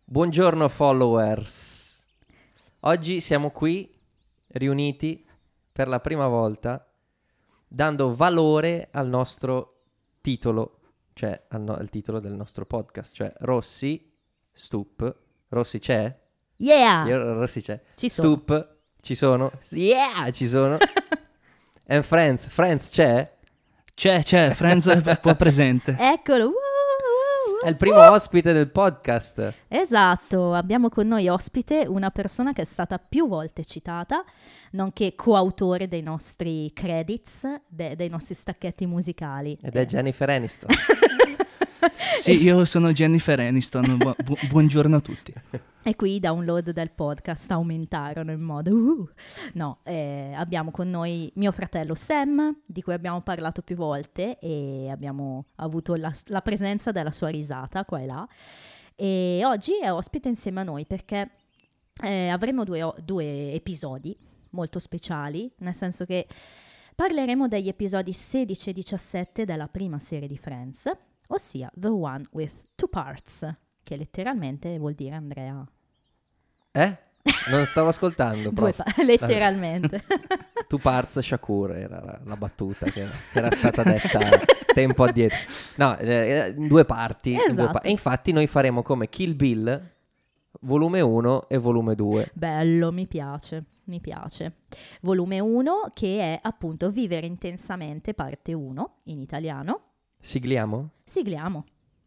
Buongiorno followers, oggi siamo qui riuniti per la prima volta dando valore al nostro titolo, cioè al titolo del nostro podcast, cioè Rossi, Stup, Rossi c'è? Yeah! Rossi c'è. Ci sono. Stup, ci sono? Yeah, ci sono. And Friends, Friends c'è? C'è, Friends è qua presente. Eccolo! È il primo ospite del podcast. Esatto, abbiamo con noi ospite una persona che è stata più volte citata, nonché coautore dei nostri credits, dei nostri stacchetti musicali. Ed è Jennifer Aniston. Sì, io sono Jennifer Aniston, buongiorno a tutti. E qui i download del podcast aumentarono in modo... No, abbiamo con noi mio fratello Sam, di cui abbiamo parlato più volte e abbiamo avuto la presenza della sua risata qua e là. E oggi è ospite insieme a noi perché avremo due episodi molto speciali, nel senso che parleremo degli episodi 16 e 17 della prima serie di Friends, ossia The One with Two Parts, che letteralmente vuol dire Andrea... Non stavo ascoltando proprio. Letteralmente. Two parts Shakur era la battuta che era stata detta tempo addietro. No, in due parti. Esatto. E infatti noi faremo come Kill Bill, volume 1 e volume 2. Bello, mi piace. Volume 1 che è appunto Vivere intensamente, parte 1, in italiano. Sigliamo? Sigliamo.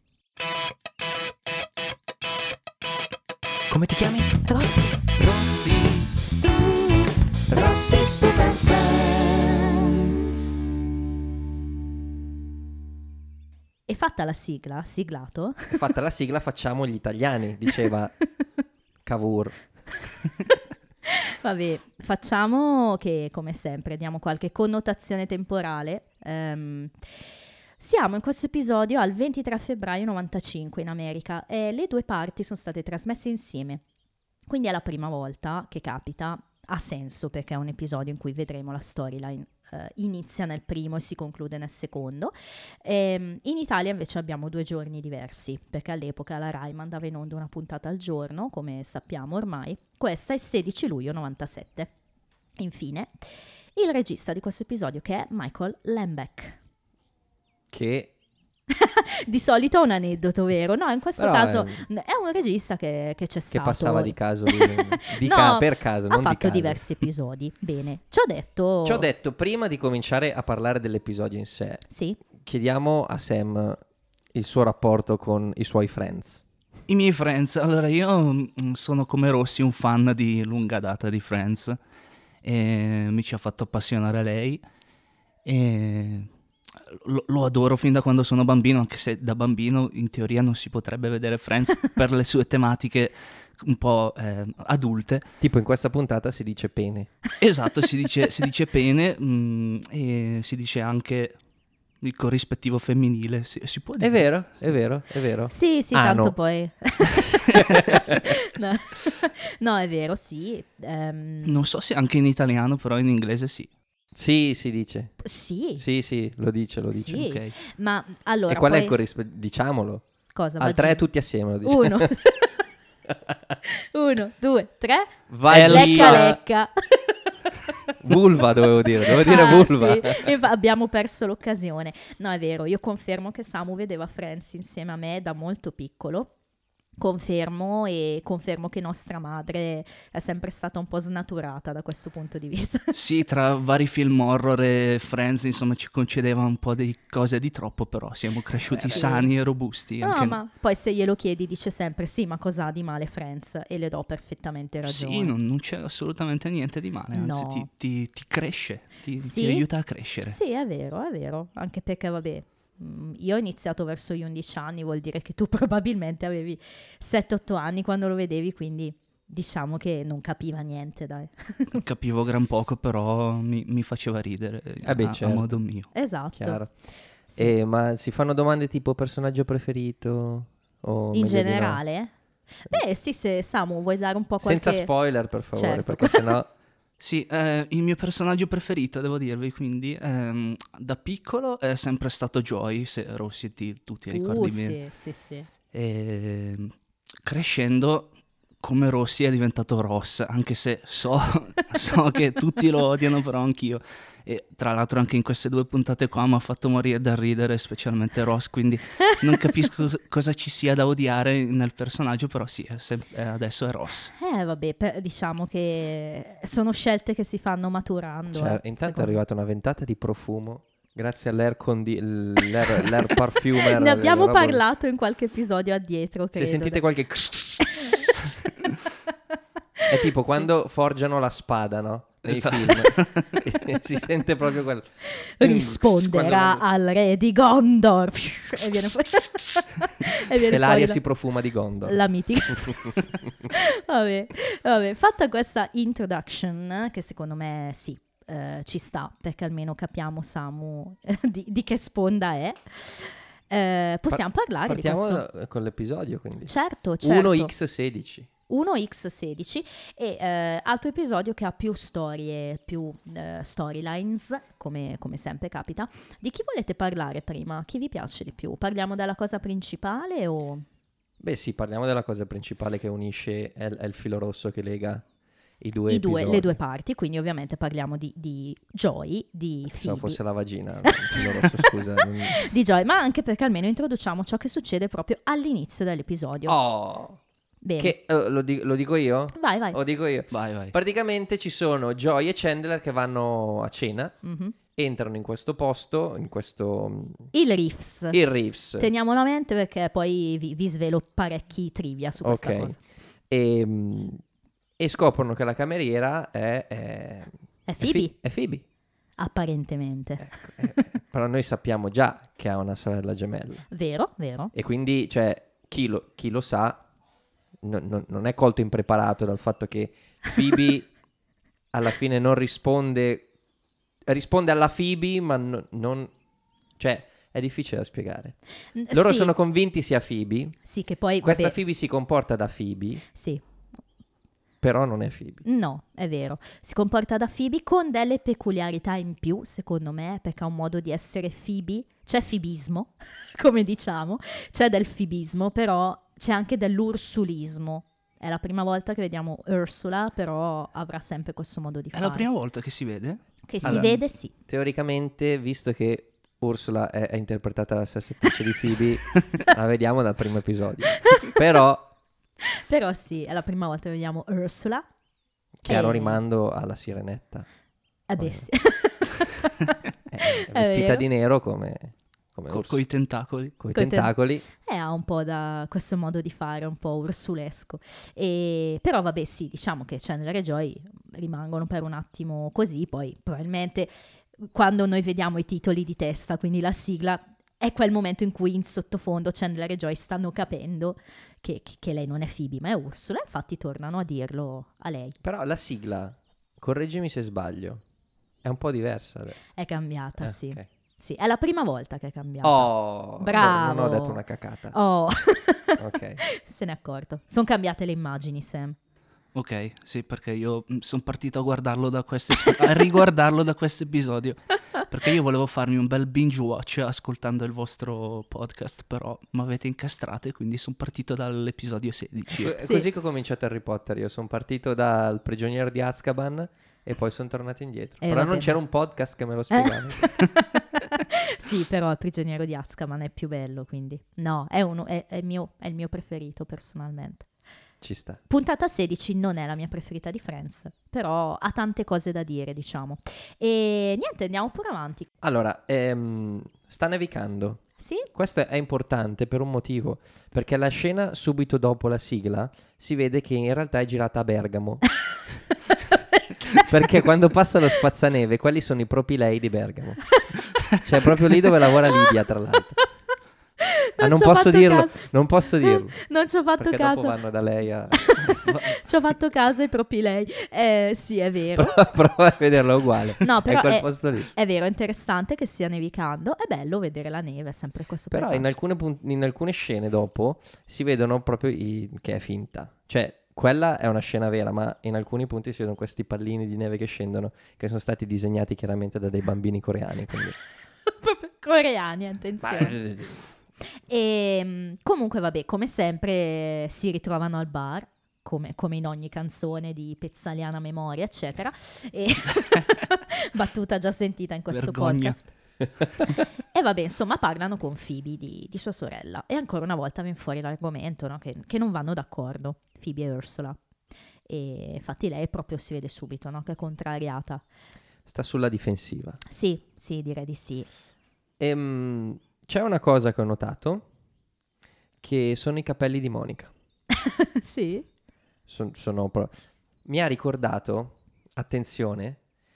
Come ti chiami? Rossi. Rossi. Rossi Stupid Friends. E fatta la sigla, siglato. Fatta la sigla facciamo gli italiani, diceva Cavour. Vabbè, facciamo che come sempre diamo qualche connotazione temporale. Siamo in questo episodio al 23 febbraio 95 in America e le due parti sono state trasmesse insieme. Quindi è la prima volta che capita, ha senso perché è un episodio in cui vedremo la storyline inizia nel primo e si conclude nel secondo. In Italia invece abbiamo 2 giorni diversi perché all'epoca la Rai mandava in onda una puntata al giorno, come sappiamo ormai. Questa è 16 luglio 97. Infine, il regista di questo episodio che è Michael Lembeck. Che Di solito è un aneddoto, vero? No, in questo però caso è un regista che c'è stato. che passava di caso No, per caso, ha non di fatto caso. diversi episodi. Bene, ci ho detto... Prima di cominciare a parlare dell'episodio in sé, Sì, chiediamo a Sam il suo rapporto con i suoi friends. I miei Friends, allora io sono come Rossi un fan di lunga data di Friends e mi ci ha fatto appassionare lei e lo adoro fin da quando sono bambino, anche se da bambino in teoria non si potrebbe vedere Friends per le sue tematiche un po' adulte. Tipo in questa puntata si dice pene. Esatto, si dice pene e si dice anche il corrispettivo femminile, si può dire. È vero. sì, Ano. tanto poi... no, è vero, sì. Non so se anche in italiano, però in inglese sì. Sì, si dice. Sì, Sì, lo dice. sì. Ok. Ma allora E qual è poi... il corrispettivo? Diciamolo. Cosa? Al 3 tutti assieme lo diciamo. 1 1, 2, 3 Vagina. Lecca Vulva dovevo dire Ah, vulva. sì. E abbiamo perso l'occasione. No, è vero, io confermo che Samu vedeva Friends insieme a me da molto piccolo. Confermo che nostra madre è sempre stata un po' snaturata da questo punto di vista. Sì, tra vari film horror e Friends, insomma, ci concedeva un po' di cose di troppo, però siamo cresciuti Sì. sani e robusti. No, anche noi. ma poi se glielo chiedi dice sempre sì, ma cos'ha di male Friends? E le do perfettamente ragione. Sì, non c'è assolutamente niente di male, anzi No. ti cresce, ti Sì? aiuta a crescere. Sì, è vero, anche perché vabbè, io ho iniziato verso gli 11 anni, vuol dire che tu probabilmente avevi 7-8 anni quando lo vedevi, quindi diciamo che non capiva niente, dai. Capivo gran poco, però mi faceva ridere a certo. modo mio. Esatto. Chiaro. Sì. Ma si fanno domande tipo personaggio preferito? O In meglio di no? generale? Beh, sì, se Samu vuoi dare un po' qualche... Senza spoiler, per favore, Certo. perché sennò... Sì, il mio personaggio preferito, devo dirvi, quindi da piccolo è sempre stato Joy, se Rossi tu ti ricordi bene. Sì. E crescendo come Rossi è diventato Ross, anche se so che tutti lo odiano, però anch'io. E tra l'altro anche in queste 2 puntate qua mi ha fatto morire da ridere, specialmente Ross, quindi non capisco cosa ci sia da odiare nel personaggio, però sì, adesso è Ross. Vabbè, diciamo che sono scelte che si fanno maturando. Cioè, intanto secondo è arrivata una ventata di profumo, grazie all'air parfumer. Ne abbiamo roba- parlato in qualche episodio addietro, Se credo. sentite qualche... È tipo quando forgiano la spada, no? Nei Esatto. film. Si sente proprio quel... Risponderà Quando- al re di Gondor. E viene fuori... e viene E l'aria fuori si profuma di Gondor. la mitica. Vabbè, fatta questa introduction, che secondo me sì, ci sta, perché almeno capiamo Samu di che sponda è. Possiamo parlare di Partiamo questo. con l'episodio, quindi. Certo. 1x16. 1x16 e altro episodio che ha più storie, più storylines, come sempre capita. Di chi volete parlare prima? Chi vi piace di più? Parliamo della cosa principale o... Beh sì, parliamo della cosa principale che unisce, è il filo rosso che lega i due episodi. le due parti, quindi ovviamente parliamo di Joy, di Pensavo Phoebe, fosse la vagina, il filo rosso, scusa. di Joy, ma anche perché almeno introduciamo ciò che succede proprio all'inizio dell'episodio. Oh! Bene. Che, lo dico io? Vai. Lo dico io. Vai. Praticamente ci sono Joy e Chandler che vanno a cena, Mhm. entrano in questo posto, in questo... Il Reefs. il Reefs. Teniamolo a mente perché poi vi svelo parecchi trivia su questa Ok. cosa. E scoprono che la cameriera è Phoebe? È Phoebe. Apparentemente. Ecco, però noi sappiamo già che ha una sorella gemella. Vero. E quindi, cioè, chi lo sa non è colto impreparato dal fatto che Phoebe alla fine non risponde alla Phoebe, ma non... Cioè, è difficile da spiegare. Loro Sì, sono convinti sia Phoebe. sì, che poi... Questa vabbè, Phoebe si comporta da Phoebe, sì, però non è Phoebe. no, è vero. Si comporta da Phoebe con delle peculiarità in più, secondo me, perché ha un modo di essere Phoebe. C'è fibismo, come diciamo, c'è del fibismo, però c'è anche dell'ursulismo. È la prima volta che vediamo Ursula, però avrà sempre questo modo di È fare. la prima volta che si vede? Che si Allora, vede, sì. Teoricamente, visto che Ursula è interpretata dalla stessa attrice di Phoebe, la vediamo dal primo episodio. Però, Però sì, è la prima volta che vediamo Ursula. chiaro Eh. rimando alla sirenetta. Beh, Poi- sì. È vestita vero. di nero come Con Ursula, i tentacoli? coi coi tentacoli. Ha un po' da questo modo di fare, un po' ursulesco. Però vabbè sì, diciamo che Chandler e Joy rimangono per un attimo così, poi probabilmente quando noi vediamo i titoli di testa, quindi la sigla, è quel momento in cui in sottofondo Chandler e Joy stanno capendo che lei non è Phoebe ma è Ursula, infatti tornano a dirlo a lei. Però la sigla, correggimi se sbaglio, è un po' diversa adesso. È cambiata, sì. Ok. Sì, è la prima volta che è cambiata. Oh, Bravo. non ho detto una cacata. Oh, Ok. se n'è accorto. Sono cambiate le immagini, Sam. Ok, sì, perché io sono partito a guardarlo a riguardarlo da questo episodio, perché io volevo farmi un bel binge watch ascoltando il vostro podcast, però mi avete incastrato e quindi sono partito dall'episodio 16. È così che ho cominciato Harry Potter. Io sono partito dal Prigioniero di Azkaban e poi sono tornato indietro. Però vabbè, non c'era un podcast che me lo spiegava. Sì, però il prigioniero di Azkaban è più bello, quindi no, è il mio preferito personalmente. Ci sta. Puntata 16 non è la mia preferita di Friends, però ha tante cose da dire, diciamo. E niente, andiamo pure avanti. Allora, sta nevicando. Sì? Questo è importante per un motivo, perché la scena subito dopo la sigla si vede che in realtà è girata a Bergamo. Perché quando passa lo spazzaneve, quelli sono i propilei di Bergamo. Cioè, proprio lì dove lavora Lidia, tra l'altro. Non ci ho posso fatto dirlo, caso. non posso dirlo. Non ci ho fatto Perché caso. dopo vanno da lei a... Ci ho fatto caso ai propri lei. Sì, è vero. Prova a vederlo uguale. No, però è quel posto lì. è vero, è interessante che stia nevicando. È bello vedere la neve, è sempre questo Però paesaggio. in alcune scene dopo si vedono proprio che è finta. Cioè, quella è una scena vera, ma in alcuni punti si vedono questi pallini di neve che scendono, che sono stati disegnati chiaramente da dei bambini coreani. Quindi... Proprio coreani, attenzione. E comunque vabbè, come sempre si ritrovano al bar, come in ogni canzone di Pezzaliana memoria, eccetera. E battuta già sentita in questo Vergogna. podcast. E vabbè, insomma, parlano con Phoebe di sua sorella. E ancora una volta viene fuori l'argomento, no? Che non vanno d'accordo, Phoebe e Ursula. E infatti lei proprio si vede subito, no? Che è contrariata. Sta sulla difensiva. Sì, direi di sì. C'è una cosa che ho notato, che sono i capelli di Monica. Sì? Mi ha ricordato, attenzione,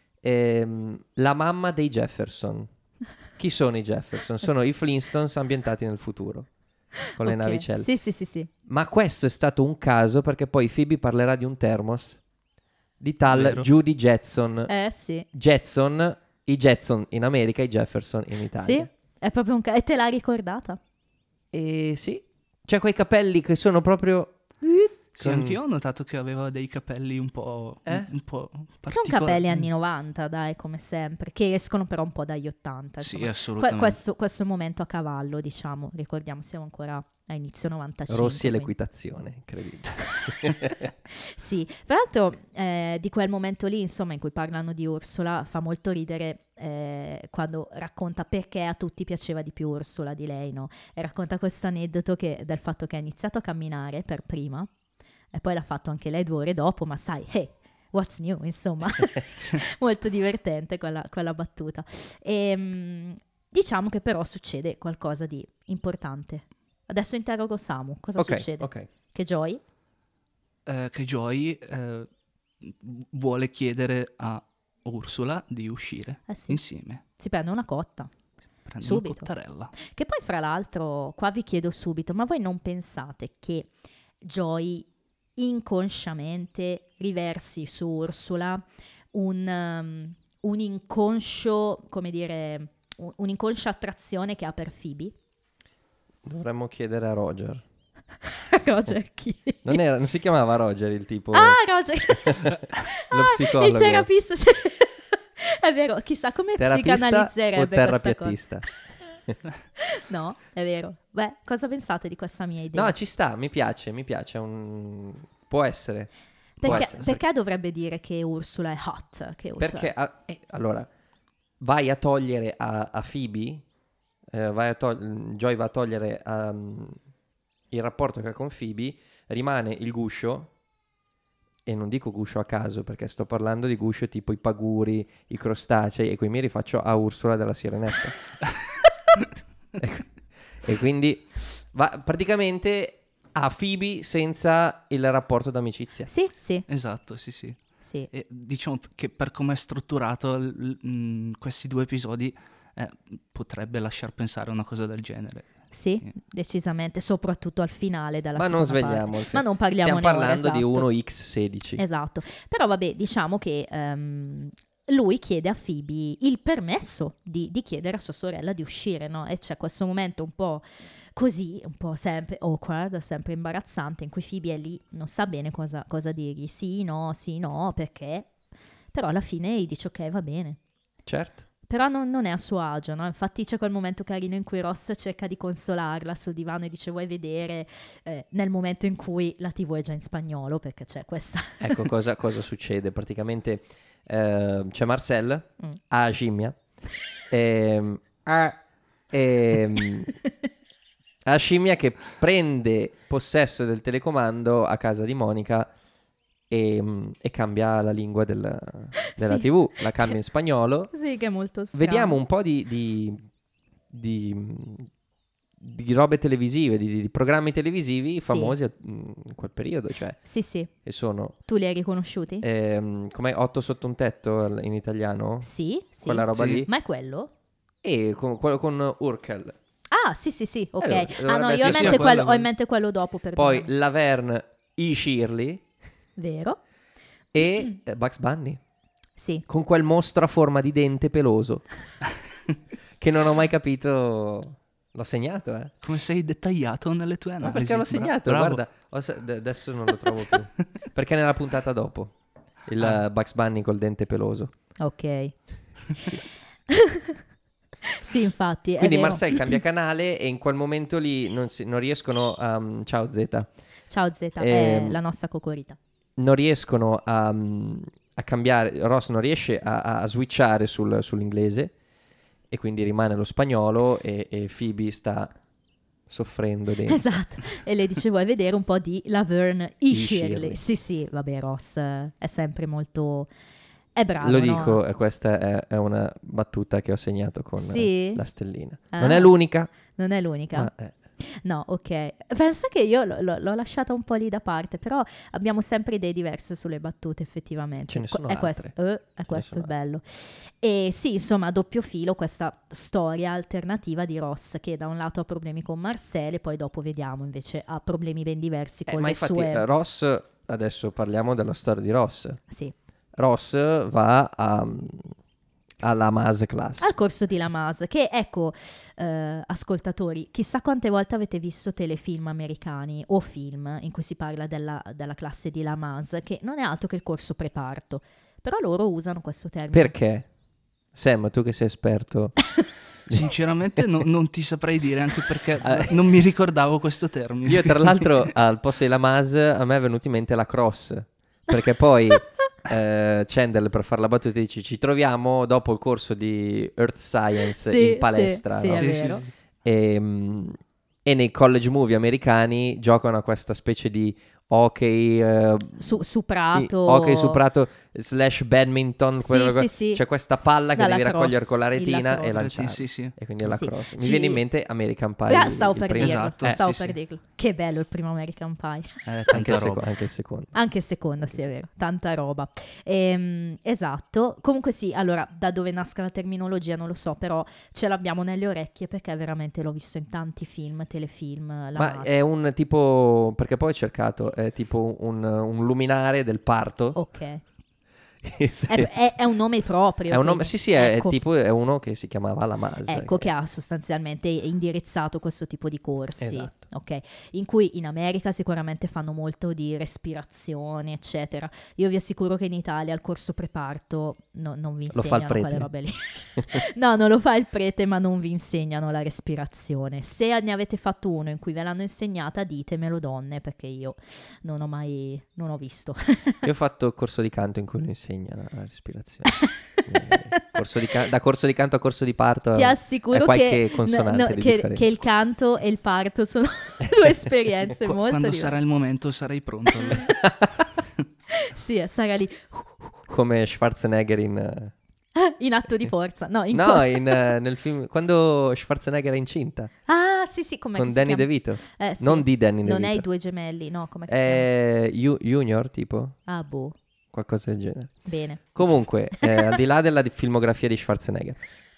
la mamma dei Jefferson. Chi sono i Jefferson? Sono i Flintstones ambientati nel futuro, con le Ok. navicelle. Sì. Ma questo è stato un caso, perché poi Phoebe parlerà di un thermos di tal Vero. Judy Jetson. Sì. Jetson, i Jetson in America, i Jefferson in Italia. Sì, è proprio e te l'ha ricordata? E sì, c'è quei capelli che sono proprio... Sì, anch'io ho notato che aveva dei capelli un po' Sono particolari. capelli anni 90, dai, come sempre, che escono però un po' dagli 80. Sì, insomma. assolutamente. Questo momento a cavallo, diciamo, ricordiamo, siamo ancora a inizio 95. Rossi e quindi- l'equitazione, incredibile. Sì, tra l'altro di quel momento lì, insomma, in cui parlano di Ursula, fa molto ridere quando racconta perché a tutti piaceva di più Ursula di lei, no? E racconta questo aneddoto del fatto che ha iniziato a camminare per prima e poi l'ha fatto anche lei 2 ore dopo, ma sai, hey, what's new, insomma. Molto divertente quella battuta. Diciamo che però succede qualcosa di importante. Adesso interrogo Samu, cosa succede? Ok. Che Joy? Che Joy vuole chiedere a Ursula di uscire Sì. insieme. Si prende una cotta. Prende Subito. una cottarella. Che poi, fra l'altro, qua vi chiedo subito, ma voi non pensate che Joy inconsciamente riversi su Ursula un inconscio, come dire, un'inconscia attrazione che ha per Phoebe? Dovremmo chiedere a Roger. Roger chi? Non si chiamava Roger il tipo? Ah, Roger! Lo psicologo. Il terapista, sì. È vero, chissà come Terapista o psicanalizzerebbe questa cosa. terrapiattista? No, è vero. Beh, cosa pensate di questa mia idea? No, ci sta, mi piace. Può essere. Può essere. Perché dovrebbe dire che Ursula è hot? Che Ursula Perché, allora, vai a togliere a Phoebe, Joy va a togliere il rapporto che ha con Phoebe, rimane il guscio, e non dico guscio a caso perché sto parlando di guscio tipo i paguri, i crostacei, e qui mi rifaccio a Ursula della Sirenetta. E quindi va praticamente a Phoebe senza il rapporto d'amicizia. Sì. Esatto, sì. Sì. E diciamo che per come è strutturato questi 2 episodi potrebbe lasciar pensare a una cosa del genere. Sì, decisamente, soprattutto al finale della Ma seconda non svegliamo parte. il Ma non parliamo Stiamo ne ora, parlando di esatto. 1x16. Esatto. Però vabbè, diciamo che lui chiede a Phoebe il permesso di chiedere a sua sorella di uscire, no? E c'è questo momento un po' così, un po' sempre awkward, sempre imbarazzante, in cui Phoebe è lì, non sa bene cosa dirgli, sì, no, perché? Però alla fine gli dice ok, va bene. Certo. Però non è a suo agio, no? Infatti c'è quel momento carino in cui Ross cerca di consolarla sul divano e dice vuoi vedere, nel momento in cui la TV è già in spagnolo, perché c'è questa... Ecco cosa succede. Praticamente c'è Marcel, a scimmia, a scimmia che prende possesso del telecomando a casa di Monica e cambia la lingua della Sì. TV, la cambia in spagnolo. Sì, che è molto strano. Vediamo un po' di robe televisive, di programmi televisivi famosi in quel periodo, cioè, Sì, e sono tu li hai riconosciuti? come 8 sotto un tetto in italiano, Sì. quella roba Sì. lì, Ma è quello? e quello con Urkel. Ah, sì, ok. Allora, No, dovrebbe io ho in, essere mente quello. ho in mente quello dopo, Poi perdonami. Laverne, i Shirley Vero? e Bugs Bunny, Sì. con quel mostro a forma di dente peloso che non ho mai capito. L'ho segnato, Come sei dettagliato nelle tue No, analisi. perché l'ho segnato, Bravo. guarda, adesso non lo trovo più. Perché nella puntata dopo il Bugs Bunny col dente peloso. Ok. Sì, infatti. è Quindi vero. Marcel cambia canale e in quel momento lì non riescono a... ciao Zeta. Ciao Z, è la nostra cocorita. Non riescono a cambiare, Ross non riesce a switchare sull'inglese e quindi rimane lo spagnolo e Phoebe sta soffrendo dentro. Esatto. E lei dice: vuoi vedere un po' di Laverne e Shirley. Shirley? Sì, vabbè, Ross è sempre molto... È bravo, Lo no? dico, questa è una battuta che ho segnato con Sì? la stellina. Ah. Non è l'unica, Non è l'unica? ma No, ok. Pensa che io l'ho lasciata un po' lì da parte, però abbiamo sempre idee diverse sulle battute, effettivamente. Ce ne sono È questo, altre. è questo il sono bello. E sì, insomma, a doppio filo questa storia alternativa di Ross, che da un lato ha problemi con Marcel e poi dopo vediamo invece ha problemi ben diversi con ma le infatti sue... Ross, adesso parliamo della storia di Ross. Sì. Ross va alla Maz Class. Al corso di Lamaze, che ecco, ascoltatori, chissà quante volte avete visto telefilm americani o film in cui si parla della classe di Lamaze, che non è altro che il corso preparto, però loro usano questo termine. Perché? Sam, tu che sei esperto... Sinceramente non ti saprei dire, anche perché non mi ricordavo questo termine. Io tra l'altro al posto della Maz a me è venuto in mente la cross, perché poi Chandler per fare la battuta dice ci troviamo dopo il corso di Earth Science Sì, in palestra, sì, no? è Sì, vero. sì. E nei college movie americani giocano a questa specie di hockey Su prato. hockey su prato / badminton, Sì, sì. c'è questa palla che Dalla devi raccogliere cross, con la il retina e lacrosse. lanciare. Sì. E quindi è la Sì. cross. Mi Ci- viene in mente American Pie. Stavo il per primo. dirlo, Esatto, stavo sì, per sì. dirlo. Che bello il primo American Pie. Anche il, roba. anche il secondo. Anche il secondo, sì, è vero, tanta roba. Esatto. Comunque sì, allora, da dove nasca la terminologia non lo so, però ce l'abbiamo nelle orecchie perché veramente l'ho visto in tanti film, telefilm. Ma è un tipo, perché poi ho cercato, è tipo un luminare del parto. Ok. Sì. È un nome proprio. È un nome, quindi, sì, è ecco. tipo è uno che si chiamava Lamaze. Ecco che ha sostanzialmente indirizzato questo tipo di corsi, Esatto. ok? In cui in America sicuramente fanno molto di respirazione, eccetera. Io vi assicuro che in Italia il corso preparto non vi Lo fa il insegnano prete. quelle robe lì. No, non lo fa il prete, ma non vi insegnano la respirazione. Se ne avete fatto uno in cui ve l'hanno insegnata, ditemelo, donne, perché io non ho visto. Io ho fatto corso di canto in cui lo insegna la respirazione. Da corso di canto a corso di parto Ti assicuro è qualche che, consonante di che differenza. il canto e il parto sono due esperienze molto Quando diverse. sarà il momento sarai pronto. allora. Sì, sarà lì Come Schwarzenegger in atto di forza. No, nel film quando Schwarzenegger è incinta Ah, sì, come con Danny DeVito. Sì. Non di Danny Non DeVito. è i due gemelli, no, come si chiama? Junior tipo, Ah, boh, qualcosa del genere. bene. Comunque, al di là della filmografia di Schwarzenegger,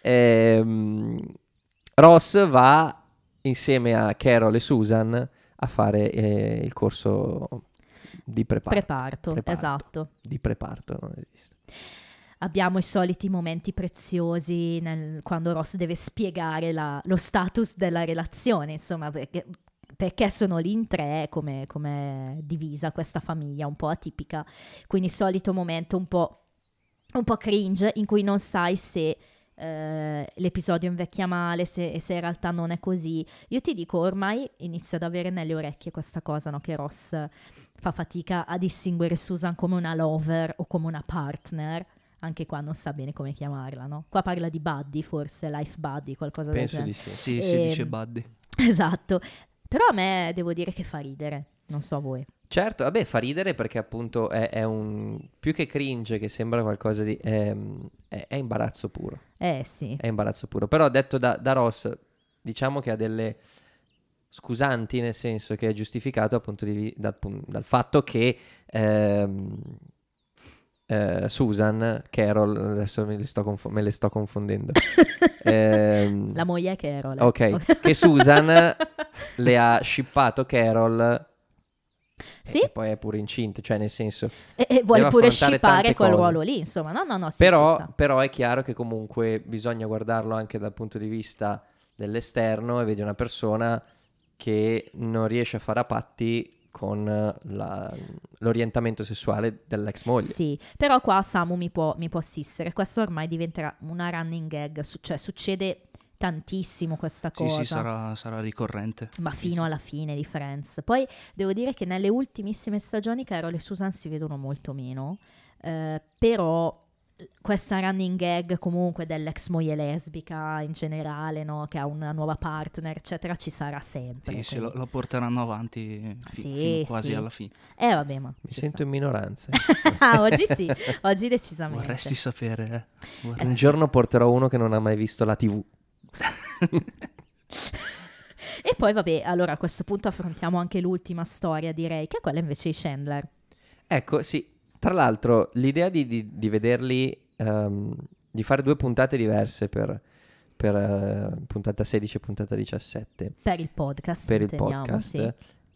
Ross va insieme a Carol e Susan a fare il corso di Preparto, esatto. Di preparto, non esiste. Abbiamo i soliti momenti preziosi quando Ross deve spiegare lo status della relazione, insomma, perché sono lì in tre, come è divisa questa famiglia un po' atipica. Quindi solito momento un po' cringe in cui non sai se l'episodio invecchia male, se in realtà non è così. Io ti dico, ormai inizio ad avere nelle orecchie questa cosa, no? Che Ross fa fatica a distinguere Susan come una lover o come una partner, anche qua non sa bene come chiamarla, no? Qua parla di buddy, forse life buddy, qualcosa del Penso genere. di sì. Sì, si dice Buddy. Esatto, però a me devo dire che fa ridere, non so voi. Certo, vabbè, fa ridere perché appunto è un più che cringe, che sembra qualcosa di è imbarazzo puro. Sì. È imbarazzo puro. Però detto da Ross, diciamo che ha delle scusanti, nel senso che è giustificato appunto dal fatto che Susan, Carol, adesso me le sto confondendo. La moglie è Carol. Ok, che Susan le ha shippato Carol. Sì. E poi è pure incinta, cioè nel senso... E vuole deve pure affrontare scippare tante quel cose. ruolo lì, insomma. No, sì, ci sta. Però è chiaro che comunque bisogna guardarlo anche dal punto di vista dell'esterno e vedi una persona che non riesce a fare a patti con l'orientamento sessuale dell'ex moglie. Sì, però qua Samu mi può assistere. Questo ormai diventerà una running gag, cioè succede tantissimo questa Sì, cosa. sì, sarà ricorrente. Ma fino alla fine di Friends. Poi devo dire che nelle ultimissime stagioni Carol e Susan si vedono molto meno, però questa running gag comunque dell'ex moglie lesbica in generale, no? Che ha una nuova partner, eccetera, ci sarà sempre. Sì, sì, quindi- lo porteranno avanti Sì, fino quasi sì. alla fine. Vabbè, ma Mi ci sento sta. in minoranza. Ah, oggi sì, oggi decisamente. Vorresti sapere, eh? Un sì. giorno porterò uno che non ha mai visto la TV. E poi vabbè, allora a questo punto affrontiamo anche l'ultima storia, direi, che è quella invece di Chandler. Ecco, sì. Tra l'altro, l'idea di vederli, di fare 2 puntate diverse per puntata 16 e puntata 17 Per il podcast, per il intendiamo, podcast, sì.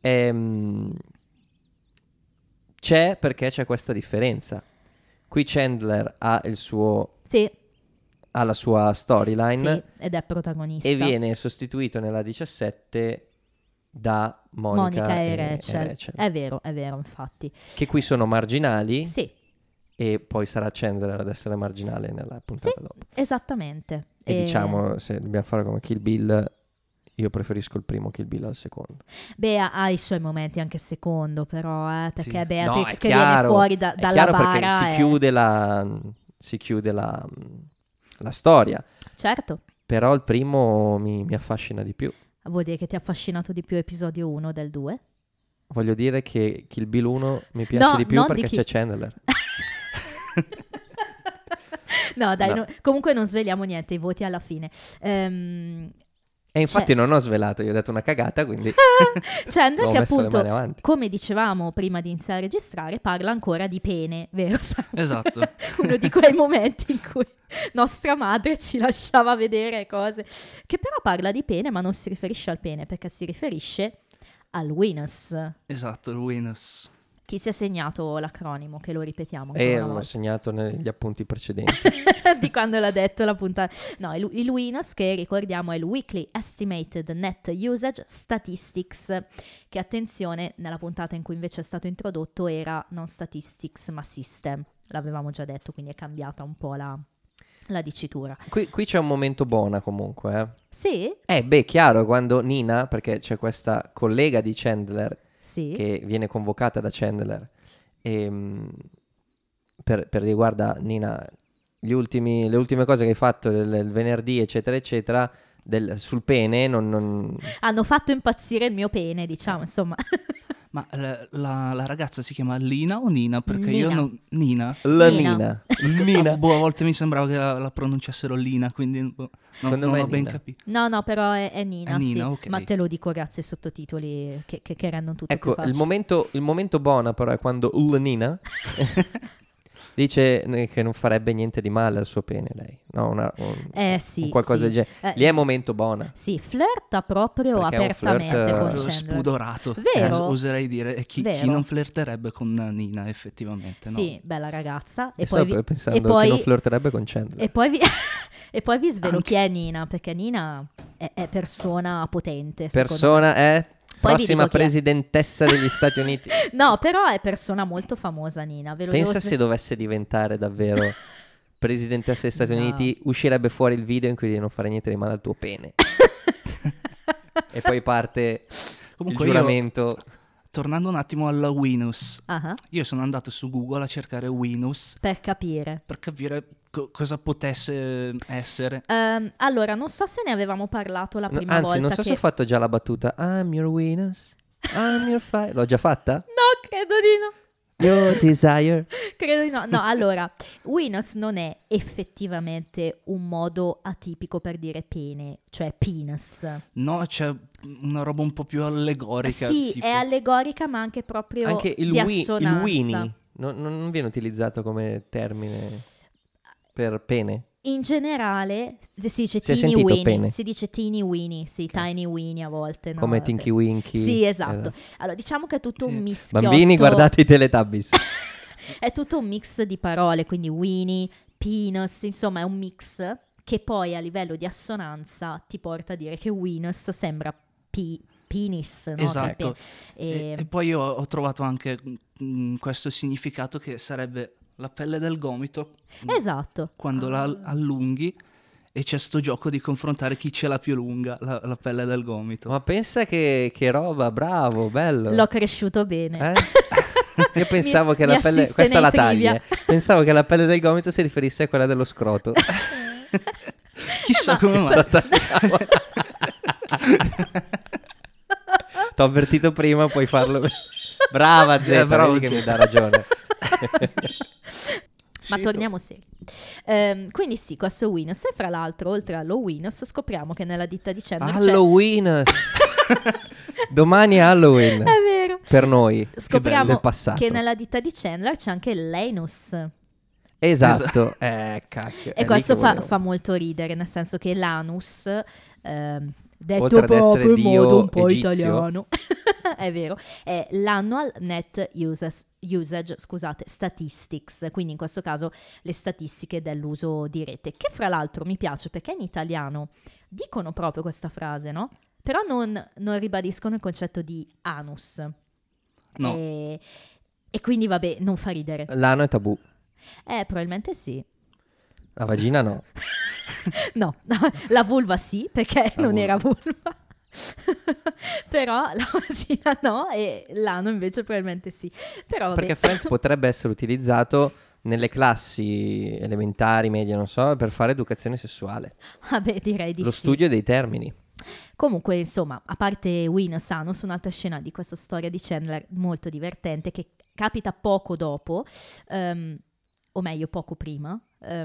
c'è perché c'è questa differenza. Qui Chandler ha Sì, la sua storyline sì, ed è protagonista. e viene sostituito nella 17 da Monica e e Rachel. È vero, infatti. che qui sono marginali Sì, e poi sarà Chandler ad essere marginale nella puntata Sì. dopo. esattamente. E diciamo, se dobbiamo fare come Kill Bill, io preferisco il primo Kill Bill al secondo. Beh, ha i suoi momenti anche secondo, però, perché Sì. Beatrix No, è che viene chiaro, fuori è dalla chiaro bara. perché si chiude la storia, Certo, però il primo mi affascina di più. vuol dire che ti ha affascinato di più episodio 1 del 2? Voglio dire che Kill Bill 1 mi piace No, di più non perché di c'è Chandler. No, dai, No. comunque non sveliamo niente, i voti alla fine. E infatti non ho svelato, io ho detto una cagata, quindi Chandler ho che messo le appunto, mani avanti. come dicevamo prima di iniziare a registrare, parla ancora di pene, vero? Esatto. Uno di quei momenti in cui nostra madre ci lasciava vedere cose, che però parla di pene ma non si riferisce al pene, perché si riferisce al Weenus. Esatto, il Winus. Chi si è segnato l'acronimo, che lo ripetiamo ancora E una l'ho volta. segnato negli appunti precedenti. Di quando l'ha detto la puntata. No, il WINUS, che ricordiamo è il Weekly Estimated Net Usage Statistics, che attenzione, nella puntata in cui invece è stato introdotto era non statistics ma system. L'avevamo già detto, quindi è cambiata un po' la dicitura. Qui c'è un momento buona comunque, Sì? Beh, chiaro, quando Nina, perché c'è questa collega di Chandler Sì. che viene convocata da Chandler per dire guarda Nina, le ultime cose che hai fatto il venerdì eccetera eccetera sul pene non... Hanno fatto impazzire il mio pene, diciamo, insomma. Ma la ragazza si chiama Lina o Nina? Perché io Nina. non... Nina? La Nina. Nina. A volte mi sembrava che la pronunciassero Lina, quindi Secondo non me ho è ben Nina. capito. No, però è Nina, È Nina, sì. ok. Ma te lo dico grazie ai sottotitoli che rendono tutto Ecco, più il facile. momento buono però è quando la Nina dice che non farebbe niente di male al suo pene lei, no? Sì, un qualcosa sì. del genere. Lì è momento buono. Sì, flirta proprio Perché è un apertamente flirt, con Proprio Chandler. spudorato. Vero? Oserei dire. E chi Vero. non flirterebbe con Nina, effettivamente, no? Sì, bella ragazza. E Stavo poi vi, pensando e poi- che non flirterebbe con Chandler. e poi vi, e poi vi svelo Anche- chi è Nina, perché Nina è persona potente. secondo Persona è Poi vi prossima dico chi è. presidentessa degli Stati Uniti. me. No, però è persona molto famosa Nina. Ve lo Pensa devo se dovesse diventare davvero presidentessa degli Stati No. Uniti, uscirebbe fuori il video in cui devi non fare niente di male al tuo pene. E poi parte Comunque il io, giuramento. tornando un attimo alla Winus, Ah, io sono andato su Google a cercare Winus per capire. per capire cosa potesse essere. Allora, non so se ne avevamo parlato la prima Anzi, volta non so che... se ho fatto già la battuta I'm your Venus, I'm your fire. L'ho già fatta? No, credo di no. Your desire. Credo di no. No, allora, Winus non è effettivamente un modo atipico per dire pene, cioè penis. No, c'è una roba un po' più allegorica. Sì, tipo. è allegorica, ma anche proprio Anche il di assonanza. Winnie non viene utilizzato come termine per pene. In generale si dice Si è teeny sentito weeny, pene? si dice teeny weeny, sì, tiny weeny a volte. No? Come Tinky Winky. Sì, esatto. Allora, diciamo che è tutto Sì. un mischiotto. Bambini, guardate i Teletubbies. È tutto un mix di parole, quindi weenie, penis, insomma è un mix che poi a livello di assonanza ti porta a dire che Winus sembra penis, no? Esatto. E- E poi io ho trovato anche questo significato che sarebbe la pelle del gomito Esatto. quando la allunghi e c'è sto gioco di confrontare chi ce l'ha più lunga, la pelle del gomito. Ma pensa che roba, bravo, bello. L'ho cresciuto bene. Io pensavo che mi la pelle, assiste questa nei la taglia. trivia. Pensavo che la pelle del gomito si riferisse a quella dello scroto. Chissà come mai. T'ho avvertito prima, puoi farlo. Brava Zeta, bravo, vedi che mi Zeta. dà ragione. Ma torniamo seri. Quindi sì, questo è Windows. E fra l'altro, oltre allo Windows, scopriamo che nella ditta di Chandler Halloween. Domani è Halloween. È vero. Per noi. Scopriamo del passato. che nella ditta di Chandler c'è anche Linus. Esatto. Cacchio. E questo fa molto ridere, nel senso che l'anus, detto Oltre ad essere proprio in dio modo un po' egizio. italiano, è vero, è l'Annual Net Usage, scusate, Statistics, quindi in questo caso le statistiche dell'uso di rete, che fra l'altro mi piace perché in italiano dicono proprio questa frase, no? Però non ribadiscono il concetto di anus. No. E quindi vabbè, non fa ridere. L'ano è tabù. Probabilmente sì. La vagina no. No, la vulva sì, perché La non vulva. era vulva. Però la vagina no e l'ano invece probabilmente sì. Però vabbè. Perché Friends potrebbe essere utilizzato nelle classi elementari, medie, non so, per fare educazione sessuale. Vabbè, direi di Lo sì. studio dei termini. Comunque, insomma, a parte Winus Anus, un'altra scena di questa storia di Chandler molto divertente che capita poco dopo, o meglio poco prima,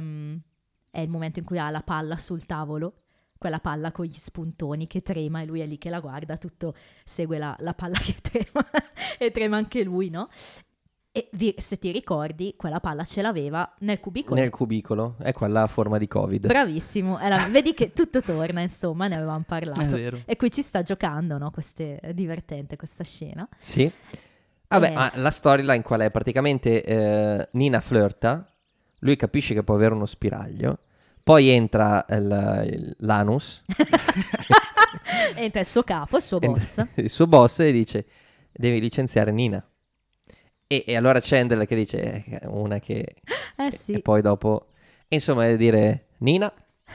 è il momento in cui ha la palla sul tavolo, quella palla con gli spuntoni che trema e lui è lì che la guarda, tutto segue la palla che trema e trema anche lui, no? E se ti ricordi, quella palla ce l'aveva nel cubicolo. Nel cubicolo. È quella a forma di Covid. Bravissimo, vedi che tutto torna, insomma, ne avevamo parlato. È vero. E qui ci sta giocando, no? È divertente questa scena. Sì. Vabbè, ma la storyline qual è? Praticamente Nina flirta, lui capisce che può avere uno spiraglio, poi entra l'anus, Entra il suo capo, il suo boss. il suo boss e dice devi licenziare Nina. E allora Chandler che dice una che... Sì. E poi dopo... Insomma, deve dire Nina.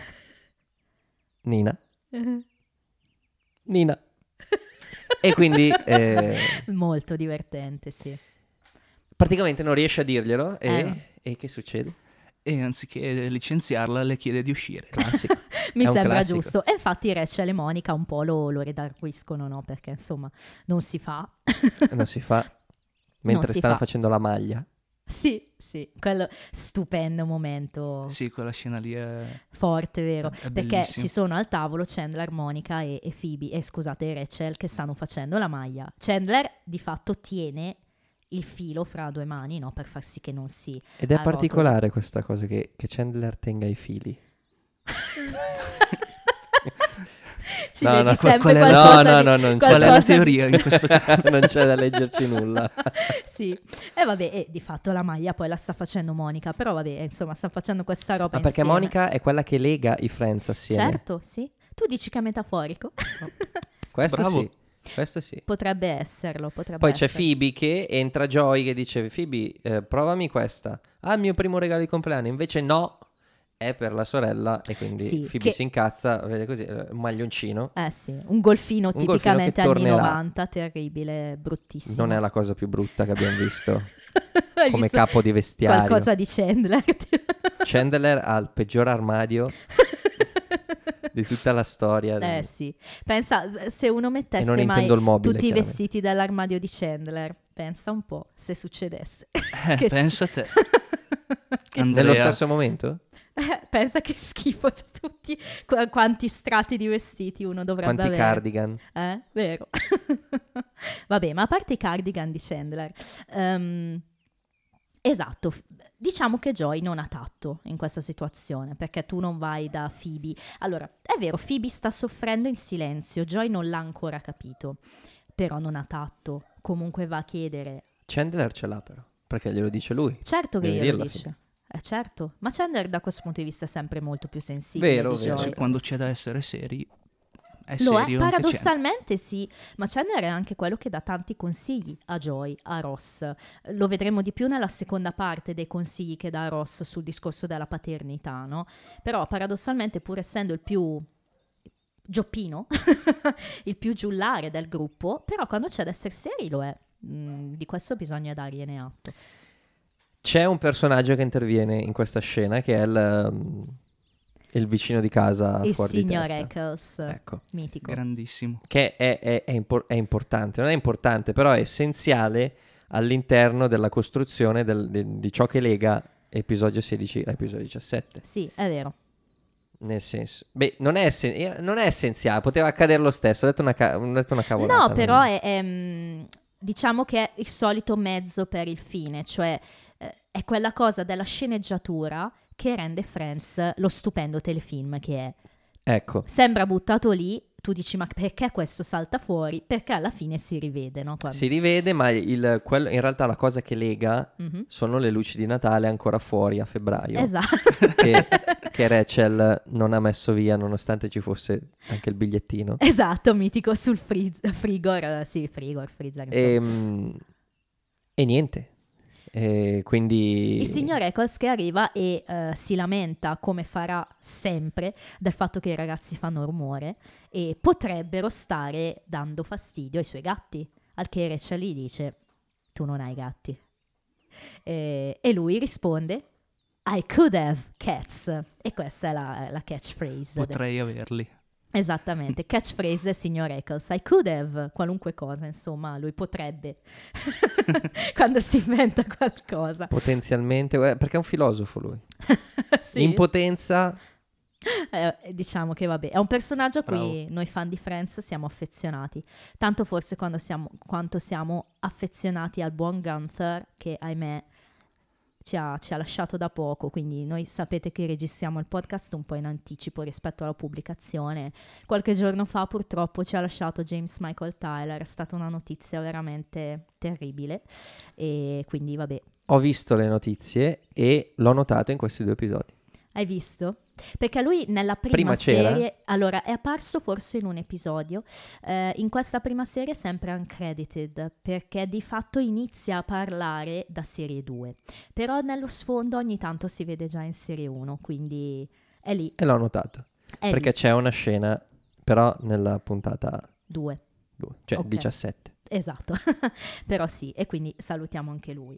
E quindi Molto divertente, sì. praticamente non riesce a dirglielo e che succede? E anziché licenziarla le chiede di uscire. Classico. Mi È un sembra classico. giusto. E infatti Rachel e Monica un po' lo redarguiscono, no? Perché insomma non si fa. Non si fa. Mentre si stanno fa. facendo la maglia. Sì, quello stupendo momento. Sì, quella scena lì è... Forte, vero? È Perché bellissimo. ci sono al tavolo Chandler, Monica e Phoebe, scusate, Rachel, che stanno facendo la maglia. Chandler di fatto tiene il filo fra due mani, no? Per far sì che non si Ed è arrotoli. particolare questa cosa che Chandler tenga i fili. Ci No, vedi no, sempre qual è la- qualcosa no, di- no, non c'è. Qual è la qualcosa- teoria in questo caso? Non c'è da leggerci nulla. Sì, e vabbè, e di fatto la maglia poi la sta facendo Monica, però vabbè, insomma, sta facendo questa roba Ma perché insieme. Monica è quella che lega i friends assieme. Certo, sì. Tu dici che è metaforico? Questo Bravo. sì. Questo sì. Potrebbe esserlo, potrebbe Poi c'è essere. Phoebe che entra Joy che dice Phoebe provami questa. Ah, il mio primo regalo di compleanno. Invece no, è per la sorella e quindi Sì, Phoebe che- si incazza, vede così, un maglioncino. Sì, un golfino Un golfino tipicamente che anni tornerà. 90, terribile, bruttissimo. Non è la cosa più brutta che abbiamo visto Hai come visto capo di vestiario. qualcosa di Chandler. Chandler ha il peggior armadio di tutta la storia. Sì, pensa se uno E mettesse non mai intendo il mobile, tutti i chiaramente. vestiti dall'armadio di Chandler, pensa un po' se succedesse. Che Pensa a te. Che Andrea. Nello stesso momento? pensa che schifo, cioè, tutti quanti strati di vestiti uno dovrebbe Quanti avere. cardigan? Vero. Vabbè, ma a parte i cardigan di Chandler, esatto, diciamo che Joy non ha tatto in questa situazione, perché tu non vai da Phoebe. Allora, è vero, Phoebe sta soffrendo in silenzio, Joy non l'ha ancora capito, però non ha tatto, comunque va a chiedere. Chandler ce l'ha però, perché glielo dice lui. Certo che Deve glielo dirla, dice. Certo, ma Chandler da questo punto di vista è sempre molto più sensibile Vero, di vero. Joy. Sì, quando c'è da essere seri, È Lo è, serio anche paradossalmente sì, ma Chandler è anche quello che dà tanti consigli a Joy, a Ross. Lo vedremo di più nella seconda parte dei consigli che dà Ross sul discorso della paternità, no? Però paradossalmente, pur essendo il più gioppino, il più giullare del gruppo, però quando c'è da essere seri lo è. Di questo bisogna dargliene atto. C'è un personaggio che interviene in questa scena che è il vicino di casa Il fuori di signor testa. Eccles, Ecco. mitico. Grandissimo. Che è importante, non è importante, però è essenziale all'interno della costruzione di ciò che lega episodio 16 a episodio 17. Sì, è vero. Nel senso, non è essenziale, poteva accadere lo stesso. Ho detto una cavolata. No, però diciamo che è il solito mezzo per il fine, cioè è quella cosa della sceneggiatura che rende Friends lo stupendo telefilm che è. Ecco, Sembra buttato lì, tu dici ma perché questo salta fuori? Perché alla fine si rivede, no? si rivede, ma in realtà la cosa che lega Mhm. sono le luci di Natale ancora fuori a febbraio. Esatto. Che Rachel non ha messo via nonostante ci fosse anche il bigliettino. Esatto, mitico sul freezer, insomma. E niente. Quindi Il signor Eccles che arriva e si lamenta, come farà sempre, del fatto che i ragazzi fanno rumore e potrebbero stare dando fastidio ai suoi gatti. Al che Rachel gli dice, tu non hai gatti. E lui risponde, I could have cats. E questa è la catchphrase. Potrei averli. Esattamente, catchphrase del signor Eccles. I could have, qualunque cosa, insomma, lui potrebbe quando si inventa qualcosa. potenzialmente, perché è un filosofo lui. Sì. In potenza, Diciamo che vabbè, è un personaggio a cui Bravo. noi fan di Friends siamo affezionati. Tanto forse quanto siamo affezionati al buon Gunther, che ahimè ci ha lasciato da poco, quindi noi sapete che registriamo il podcast un po' in anticipo rispetto alla pubblicazione. Qualche giorno fa purtroppo ci ha lasciato James Michael Tyler, è stata una notizia veramente terribile e quindi vabbè. ho visto le notizie e l'ho notato in questi 2 episodi. Hai visto? Perché lui nella prima c'era? serie, allora è apparso forse in un episodio, in questa prima serie sempre uncredited, perché di fatto inizia a parlare da serie 2, però nello sfondo ogni tanto si vede già in serie 1, quindi è lì, E l'ho notato. è Perché lì, c'è una scena, però nella puntata 2. 2, cioè Ok. 17. Esatto, però sì, e quindi salutiamo anche lui.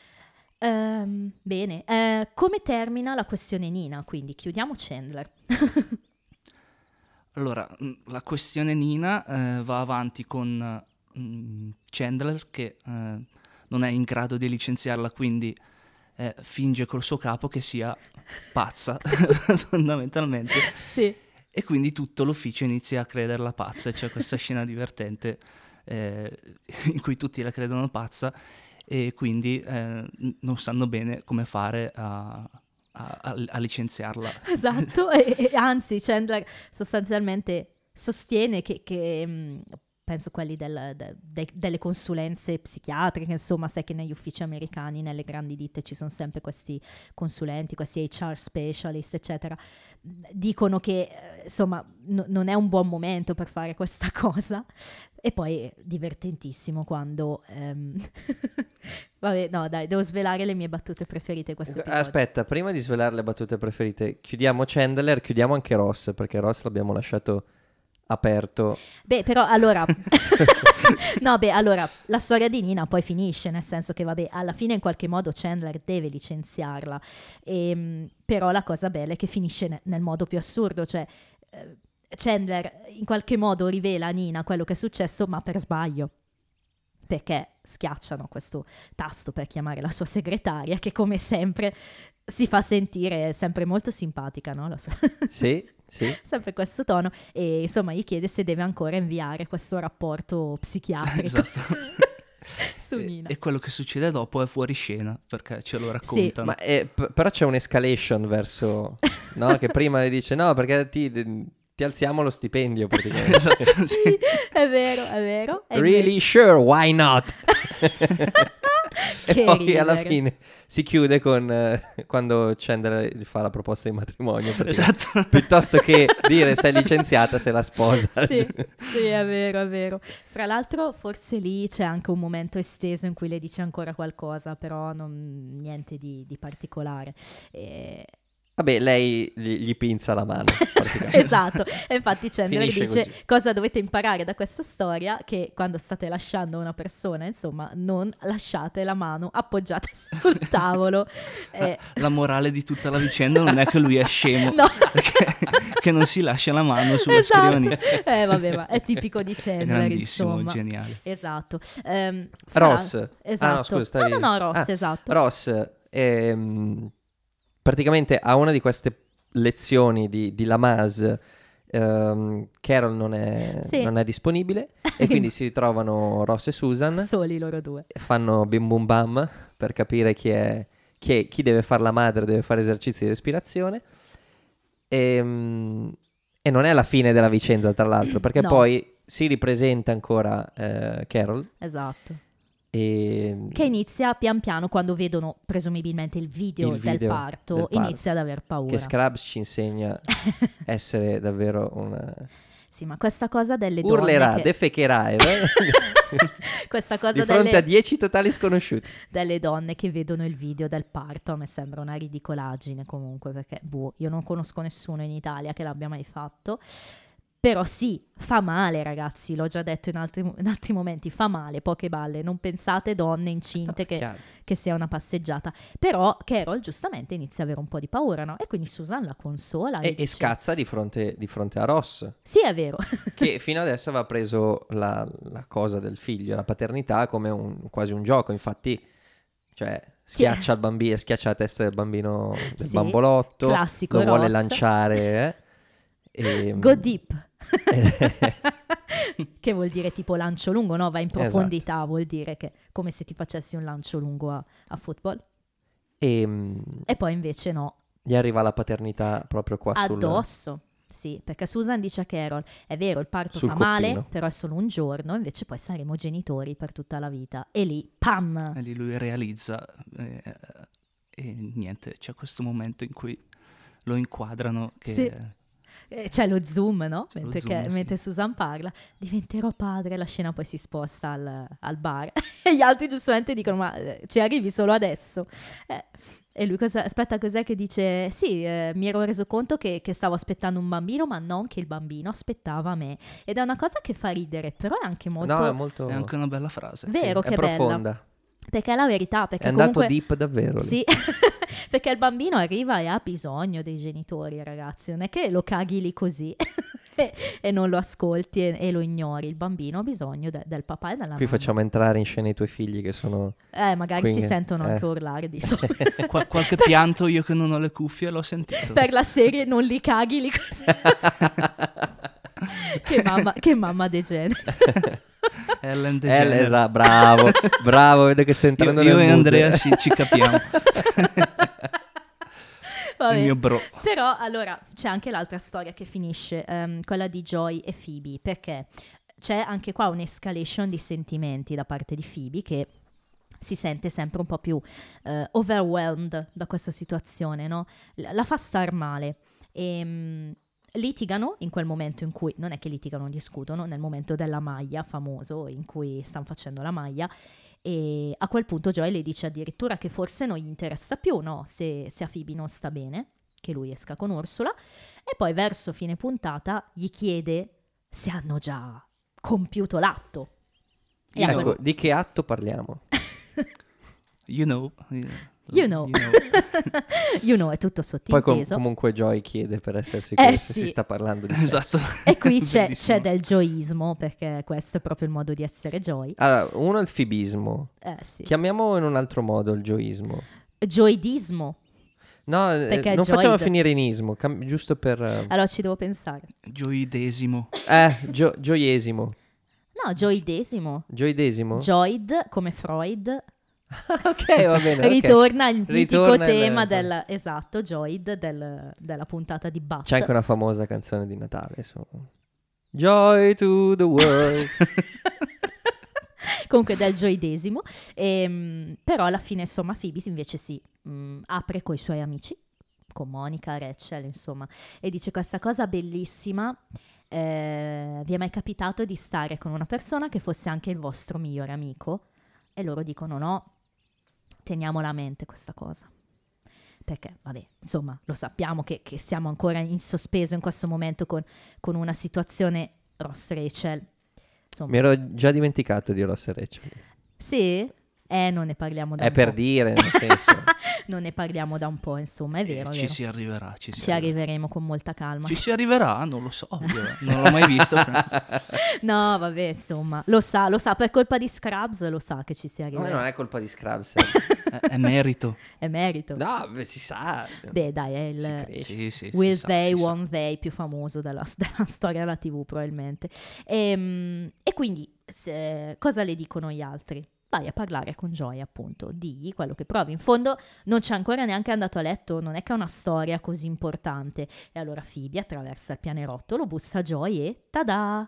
Bene, come termina la questione Nina? Quindi chiudiamo Chandler. Allora, la questione Nina va avanti con Chandler che non è in grado di licenziarla, quindi finge col suo capo che sia pazza, fondamentalmente. Sì. E quindi tutto l'ufficio inizia a crederla pazza. E c'è questa scena divertente in cui tutti la credono pazza e quindi non sanno bene come fare a licenziarla. Esatto, e anzi Chandler sostanzialmente sostiene che penso quelli delle consulenze psichiatriche, insomma, sai che negli uffici americani, nelle grandi ditte ci sono sempre questi consulenti, questi HR specialist, eccetera, dicono che insomma non è un buon momento per fare questa cosa. E poi è divertentissimo quando vabbè, no dai, devo svelare le mie battute preferite questo episodio. Aspetta, prima di svelare le battute preferite, chiudiamo Chandler, chiudiamo anche Ross, perché Ross l'abbiamo lasciato aperto. Beh, però allora no, beh, allora la storia di Nina poi finisce, nel senso che vabbè, alla fine in qualche modo Chandler deve licenziarla, però la cosa bella è che finisce nel modo più assurdo, cioè Chandler in qualche modo rivela a Nina quello che è successo, ma per sbaglio, perché schiacciano questo tasto per chiamare la sua segretaria, che come sempre si fa sentire sempre molto simpatica, no? Sì, sì. Sempre questo tono, e insomma gli chiede se deve ancora inviare questo rapporto psichiatrico Esatto. su Nina. E quello che succede dopo è fuori scena, perché ce lo raccontano. Ma però c'è un'escalation verso, no? Che prima le dice no, perché ti alziamo lo stipendio praticamente. Esatto, sì. È vero, è vero. E Really? invece- Sure, why not? E Che poi alla ridere. fine si chiude con quando Chandler gli fa la proposta di matrimonio, perché Esatto. piuttosto che dire sei licenziata, se la sposa. Sì, sì, è vero, è vero. Fra l'altro, forse lì c'è anche un momento esteso in cui le dice ancora qualcosa, però niente di particolare. E- Vabbè, lei gli pinza la mano, praticamente. Esatto, e infatti Chandler Finisce dice così. cosa dovete imparare da questa storia, che quando state lasciando una persona, insomma, non lasciate la mano appoggiata sul tavolo. La morale di tutta la vicenda non è che lui è scemo, No. che non si lascia la mano sulla Esatto. scrivania. Vabbè, ma è tipico di È Chandler, grandissimo, insomma. geniale. Esatto. Ross. Esatto. Ah, no, scusa, stavi... No, Ross, Ah, esatto. Ross praticamente ha una di queste lezioni di Lamaze. Carol non è, Sì. non è disponibile e quindi si ritrovano Ross e Susan, Soli loro due. fanno bim bum bam per capire chi deve fare la madre, deve fare esercizi di respirazione e non è la fine della vicenda, tra l'altro, perché No. poi si ripresenta ancora Carol Esatto. e Che inizia pian piano quando vedono presumibilmente il video, Il video del parto, del parto. inizia ad aver paura. che Scrubs ci insegna essere davvero una... Sì, ma questa cosa delle urlerà, donne che... defecherà questa cosa di fronte delle... a 10 totali sconosciuti. delle donne che vedono il video del parto a me sembra una ridicolaggine comunque, perché io non conosco nessuno in Italia che l'abbia mai fatto. Però sì, fa male ragazzi, l'ho già detto in altri momenti, fa male, poche balle, non pensate donne incinte Chiaro. che sia una passeggiata. Però Carol giustamente inizia a avere un po' di paura, no? E quindi Susan la consola E dice, scazza di fronte a Ross, sì, è vero. che fino adesso aveva preso la cosa del figlio, la paternità, come quasi un gioco. Infatti, cioè, schiaccia il bambino, schiaccia la testa del bambino, del Sì, bambolotto, classico lo vuole Ross. lanciare. E, Go deep. Che vuol dire tipo lancio lungo, no? Va in profondità, vuol dire che come se ti facessi un lancio lungo a football. e E poi invece no, gli arriva la paternità proprio qua addosso. Sì, perché Susan dice a Carol, è vero, il parto Sul fa male, coppino. però è solo un giorno, invece poi saremo genitori per tutta la vita. E lì, pam! E lì lui realizza e niente, c'è questo momento in cui lo inquadrano che... Sì. C'è lo zoom, no? C'è lo Mentre, zoom, sì. mentre Susan parla, diventerò padre, la scena poi si sposta al bar. E gli altri giustamente dicono, ma ci arrivi solo adesso? E lui aspetta, cos'è che dice? Sì, mi ero reso conto che stavo aspettando un bambino, ma non che il bambino aspettava me. Ed è una cosa che fa ridere, però è anche molto... No, è molto... È anche una bella frase. Vero, è che bella. profonda. Perché è la verità, perché È andato comunque... deep davvero lì. Sì, perché il bambino arriva e ha bisogno dei genitori, ragazzi. Non è che lo caghi lì così e non lo ascolti e lo ignori. Il bambino ha bisogno del papà e della Qui mamma. facciamo entrare in scena i tuoi figli che sono... Magari quindi, si sentono anche urlare di solito. Qualche pianto io che non ho le cuffie l'ho sentito. Per la serie non li caghi lì così. che mamma degenera. Ellen DeGeneres. Esatto, bravo, vedo che stai entrando Io nel e mood. Andrea ci capiamo. Vabbè. Il mio bro. Però allora c'è anche l'altra storia che finisce, quella di Joy e Phoebe, perché c'è anche qua un'escalation di sentimenti da parte di Phoebe che si sente sempre un po' più overwhelmed da questa situazione, no? La fa star male e litigano in quel momento in cui, non è che litigano, discutono, nel momento della maglia famoso in cui stanno facendo la maglia. E a quel punto Joy le dice addirittura che forse non gli interessa più, no? Se a Phoebe non sta bene, che lui esca con Ursula. E poi verso fine puntata gli chiede se hanno già compiuto l'atto. E a Ecco, di che atto parliamo? You know. You know. You know, è tutto Poi sottinteso. comunque Joy chiede per essere sicuro se sì. si sta parlando di sesso. Esatto. E qui c'è Bellissimo. del gioismo, perché questo è proprio il modo di essere Joy. Allora, uno è il fibismo. Sì. Chiamiamo in un altro modo il gioismo. Gioidismo. No, Perché è non facciamo Joyd. finire in ismo, giusto per... Allora ci devo pensare. Gioidesimo. Gioiesimo. No, gioidesimo. Gioidesimo? Joid, come Freud, Ok, va bene. ok. ritorna il mitico Ritorna il- tema del... Esatto, Joid della puntata di Bat. C'è anche una famosa canzone di Natale. Joy to the world. Comunque del gioidesimo. Però alla fine, insomma, Phoebe invece apre coi suoi amici, con Monica, Rachel, insomma, e dice questa cosa bellissima. Vi è mai capitato di stare con una persona che fosse anche il vostro migliore amico? E loro dicono no, teniamola a mente questa cosa. Perché, vabbè, insomma, lo sappiamo che siamo ancora in sospeso in questo momento con una situazione Ross-Rachel. Insomma. Mi ero già dimenticato di Ross e Rachel. Sì? Non ne parliamo da È un per po'. dire, nel senso. Non ne parliamo da un po', insomma, è vero. È Ci vero. si arriverà. Ci arriveremo con molta calma. Ci si arriverà? Non lo so, non l'ho mai visto. No, vabbè, insomma, lo sa, per colpa di Scrubs lo sa che ci si Ma arriverà. non è colpa di Scrubs. È merito. È merito. No, beh, si sa. Beh, dai, è Si il cresce. Sì, Will si sa, They, si sa. Won't They più famoso della storia della TV, probabilmente. E quindi, cosa le dicono gli altri? Vai a parlare con Joy, appunto, digli quello che provi. In fondo non c'è ancora neanche andato a letto, non è che è una storia così importante. E allora Phoebe attraversa il pianerottolo, bussa a Joy e tada!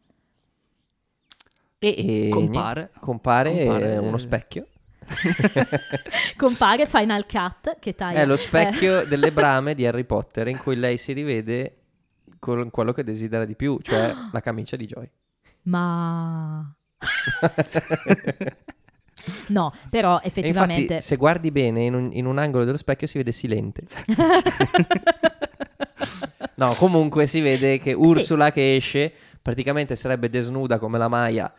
E compare uno specchio. Compare Final Cut che taglia. È lo specchio delle brame di Harry Potter in cui lei si rivede con quello che desidera di più, cioè la camicia di Joy. Ma... No, però E effettivamente... infatti, se guardi bene in un angolo dello specchio si vede Silente. No, comunque si vede che Ursula che esce praticamente sarebbe desnuda come la Maya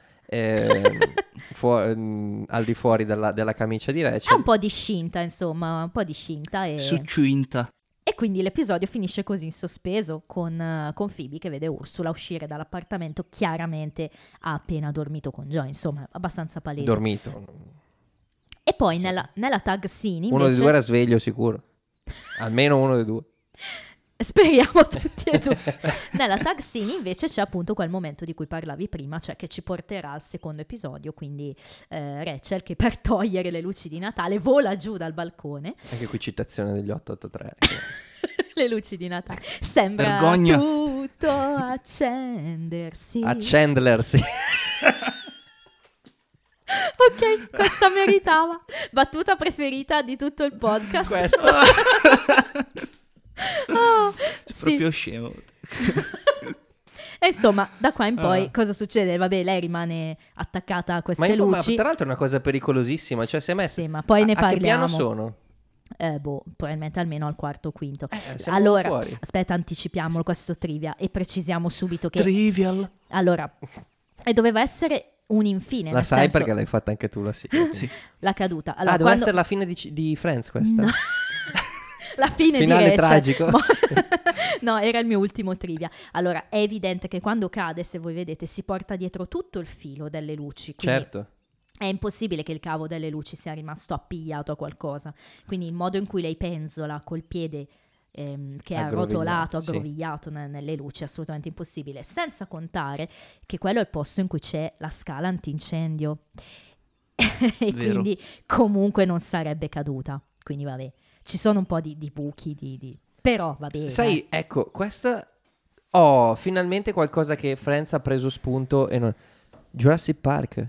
al di fuori della camicia di È Rachel. un po' di scinta, insomma, un po' di scinta Succinta. e quindi l'episodio finisce così in sospeso con Phoebe che vede Ursula uscire dall'appartamento, chiaramente ha appena dormito con Joy, insomma, abbastanza palese. Dormito. E poi nella tag scene invece... Uno dei due era sveglio sicuro. Almeno uno dei due. Speriamo tutti e due. Nella tag scene invece c'è appunto quel momento di cui parlavi prima, cioè che ci porterà al secondo episodio, quindi Rachel che per togliere le luci di Natale vola giù dal balcone. Anche qui citazione degli 883. Le luci di Natale. Sembra Vergogna. tutto accendersi. A Chandler, sì. Ok, questa meritava. Battuta preferita di tutto il podcast. Questa. Oh, sì. Proprio scemo. E insomma, da qua in poi cosa succede? Vabbè, lei rimane attaccata a queste Ma luci. tra l'altro è una cosa pericolosissima. Cioè, se messa. Sì, ma poi ne A che piano parliamo. sono? Probabilmente almeno al quarto o quinto. Siamo Allora, fuori. aspetta, anticipiamolo questo trivia e precisiamo subito che... Trivial. Allora, e doveva essere un infine, La nel sai senso, perché l'hai fatta anche tu la sigla. Sì. la caduta. Allora, Doveva essere la fine di Friends questa. No. La fine Finale di Rachel. tragico. No, era il mio ultimo trivia. Allora, è evidente che quando cade, se voi vedete, si porta dietro tutto il filo delle luci. Quindi Certo. è impossibile che il cavo delle luci sia rimasto appigliato a qualcosa. Quindi il modo in cui lei penzola col piede che è arrotolato, Aggrovigliato, sì. aggrovigliato nelle luci, è assolutamente impossibile. Senza contare che quello è il posto in cui c'è la scala antincendio. E Vero. quindi comunque non sarebbe caduta. Quindi vabbè, ci sono un po' di buchi, però va bene. Sai, ecco, questa... Oh, finalmente qualcosa che Friends ha preso spunto e non... Jurassic Park.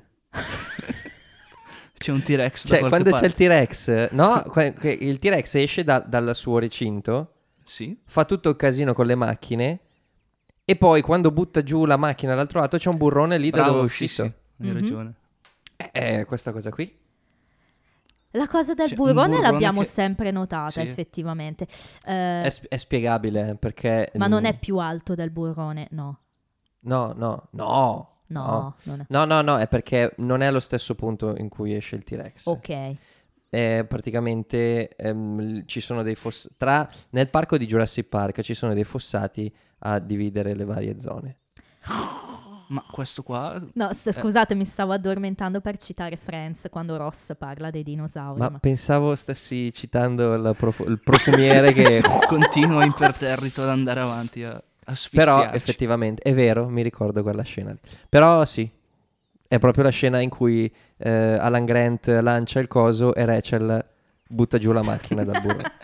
C'è un T-Rex da Cioè, qualche quando c'è parte. il T-Rex, no? Il T-Rex esce dal suo recinto, Sì. fa tutto il casino con le macchine e poi quando butta giù la macchina dall'altro lato c'è un burrone lì da dove è Bravo, uscito. sì, sì, hai Mhm. ragione. Questa cosa qui. La cosa del C'è un burrone burrone l'abbiamo che- sempre notata, Sì. effettivamente. È spiegabile perché... Ma non è più alto del burrone, no. No, No, non è. No, è perché non è allo stesso punto in cui esce il T-Rex. Ok. Praticamente ci sono dei nel parco di Jurassic Park ci sono dei fossati a dividere le varie zone. Ma questo qua... No, scusate, mi stavo addormentando per citare Friends quando Ross parla dei dinosauri. Ma pensavo stessi citando il profumiere che... Continua imperterrito ad andare avanti a asfissiarci. Però effettivamente è vero, mi ricordo quella scena lì. Però sì, è proprio la scena in cui Alan Grant lancia il coso e Rachel butta giù la macchina dal burro.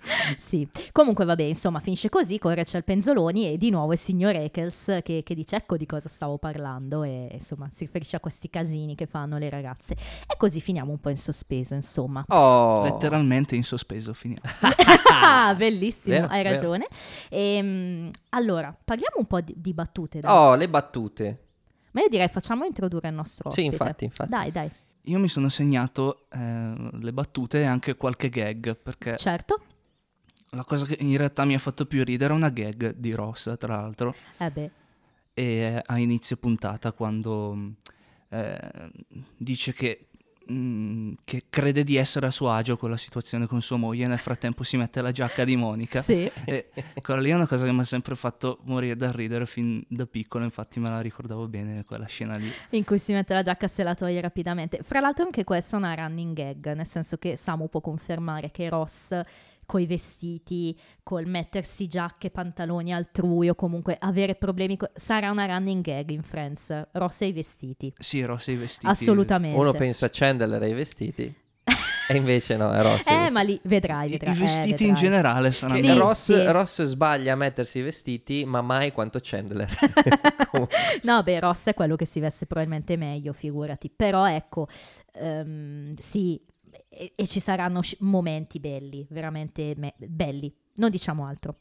Sì, comunque vabbè, insomma, finisce così con Rachel Penzoloni e di nuovo il signor Eccles che dice ecco di cosa stavo parlando e insomma si riferisce a questi casini che fanno le ragazze. E così finiamo un po' in sospeso, insomma. Oh. Letteralmente in sospeso finiamo. Ah, bellissimo, Vero, hai vero. ragione. Allora, parliamo un po' di battute, dai. Oh, le battute. Ma io direi facciamo introdurre il nostro Sì, ospite. infatti. Dai, Io mi sono segnato le battute e anche qualche gag, perché certo. la cosa che in realtà mi ha fatto più ridere è una gag di Ross, tra l'altro, Beh, e a inizio puntata quando dice che crede di essere a suo agio con la situazione con sua moglie e nel frattempo si mette la giacca di Monica. sì. E quella lì è una cosa che mi ha sempre fatto morire da ridere fin da piccolo, infatti me la ricordavo bene quella scena lì. In cui si mette la giacca e se la toglie rapidamente. Fra l'altro anche questa è una running gag, nel senso che Samu può confermare che Ross coi vestiti, col mettersi giacche e pantaloni altrui o comunque avere problemi, sarà una running gag in Friends. Ross e i vestiti. Sì, Ross e i vestiti. Assolutamente. Uno pensa a Chandler e ai vestiti e invece no, è Ross. Ma lì vedrai. I vestiti in vedrai. generale saranno... Sì, Ross sbaglia a mettersi i vestiti, ma mai quanto Chandler. No, beh, Ross è quello che si veste probabilmente meglio, figurati. Però ecco, sì, e ci saranno momenti belli, veramente belli. Non diciamo altro.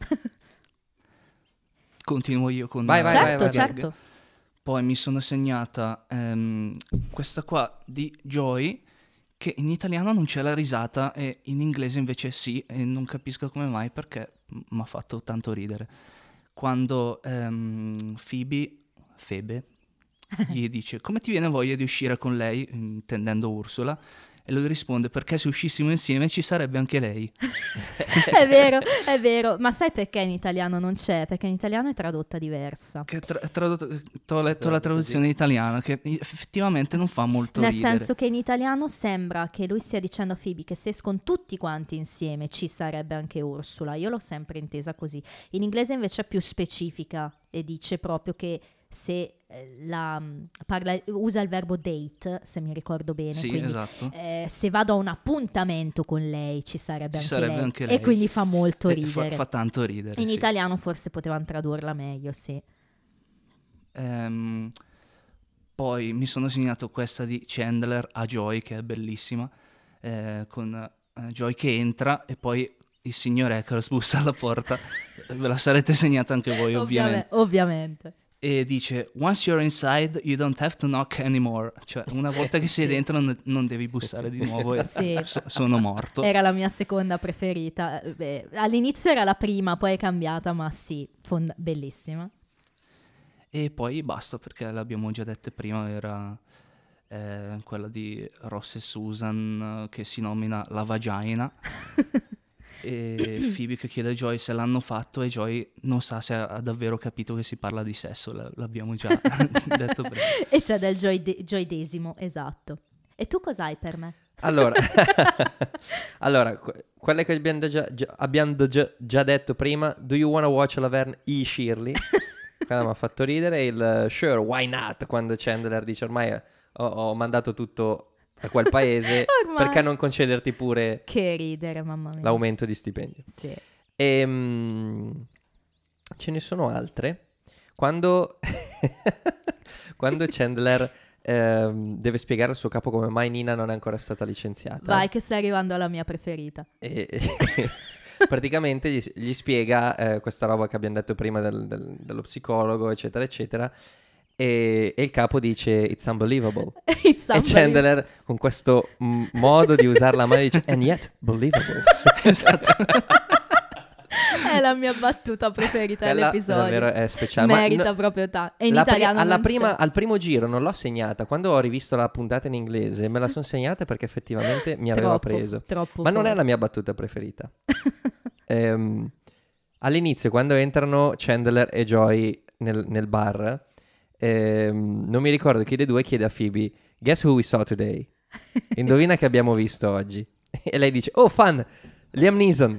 Continuo io con... Vai, certo, vai. certo. Poi mi sono segnata questa qua di Joy, che in italiano non c'è la risata e in inglese invece sì, e non capisco come mai perché mi ha fatto tanto ridere. Quando Phoebe gli dice come ti viene voglia di uscire con lei, intendendo Ursula, e lui risponde perché se uscissimo insieme ci sarebbe anche lei. È vero, ma sai perché in italiano non c'è? Perché in italiano è tradotta diversa. Che ho letto la traduzione italiana che effettivamente non fa molto Nel ridere. senso che in italiano sembra che lui stia dicendo a Phoebe che se escono tutti quanti insieme ci sarebbe anche Ursula. Io l'ho sempre intesa così. In inglese invece è più specifica e dice proprio che se usa il verbo date, se mi ricordo bene, Sì, quindi esatto. se vado a un appuntamento con lei ci sarebbe, anche, lei. E quindi fa molto ridere. Fa tanto ridere. In sì. italiano forse potevano tradurla meglio, sì. Poi mi sono segnato questa di Chandler a Joy, che è bellissima, con Joy che entra e poi il signor Eccles bussa alla porta. Ve la sarete segnata anche voi, Ovviamente. E dice once you're inside you don't have to knock anymore, cioè una volta che sei dentro non devi bussare di nuovo e Sì. sono morto. Era la mia seconda preferita. All'inizio era la prima, poi è cambiata, ma sì, bellissima. E poi basta, perché l'abbiamo già dette prima, era quella di Ross e Susan che si nomina La Vagina. E Phoebe che chiede a Joy se l'hanno fatto e Joy non sa se ha davvero capito che si parla di sesso, l'abbiamo già detto prima. E c'è del gioidesimo, esatto. E tu cos'hai per me? Allora, quelle che abbiamo già detto prima, Do You Wanna Watch Laverne E. Shirley? Quella mi ha fatto ridere. Il Sure, Why Not? Quando Chandler dice ormai ho mandato tutto a quel paese, Ormai. perché non concederti pure Che ridere, mamma mia. l'aumento di stipendio? Sì. Ce ne sono altre. Quando Chandler deve spiegare al suo capo come mai Nina non è ancora stata licenziata. Vai che stai arrivando alla mia preferita. Praticamente gli spiega questa roba che abbiamo detto prima dello psicologo, eccetera, eccetera. E il capo dice It's unbelievable. E Chandler con questo modo di usare la mano dice And yet believable. Esatto. È la mia battuta preferita Quella dell'episodio. davvero è speciale. Merita proprio tanto. E in italiano al primo giro non l'ho segnata. Quando ho rivisto la puntata in inglese me la sono segnata perché effettivamente mi aveva preso. Troppo Ma non è forte. la mia battuta preferita. All'inizio quando entrano Chandler e Joy nel bar, non mi ricordo chi dei due chiede a Phoebe Guess who we saw today? Indovina che abbiamo visto oggi. E lei dice Oh fun, Liam Neeson.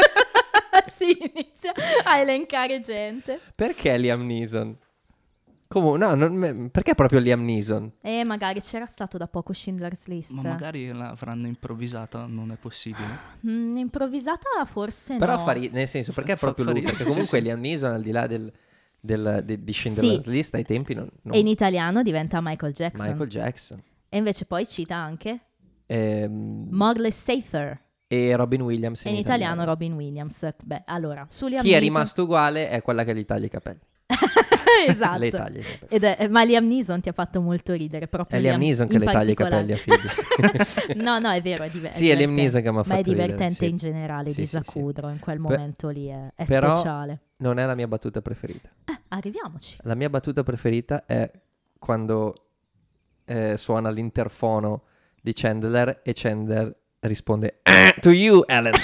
Si inizia a elencare gente. Perché Liam Neeson? Comunque, no, perché proprio Liam Neeson? E magari c'era stato da poco Schindler's List. Ma magari l'avranno improvvisata, non è possibile. Improvvisata forse Però no. nel senso, perché Fa proprio lui? ridere, Perché comunque sì. Liam Neeson, al di là di Schindler's List, ai tempi non... E in italiano diventa Michael Jackson. Michael Jackson. E invece poi cita anche Ehm, Safer. e Robin Williams E in italiano Robin Williams. Beh, allora, su Liam Chi è Neeson... rimasto uguale è quella che gli taglia i capelli. Esatto. Le taglia i capelli. Ma Liam Neeson ti ha fatto molto ridere. Proprio È Liam Neeson che in le taglia i particolare. capelli a Phoebe. No, è vero, Sì, è Liam Neeson che mi ha ma è fatto ridere, divertente sì. in generale Sì, di sì, sì. Kudrow, in quel momento lì è però- speciale. Non è la mia battuta preferita. Arriviamoci. La mia battuta preferita è quando suona l'interfono di Chandler e Chandler risponde to you, Ellen.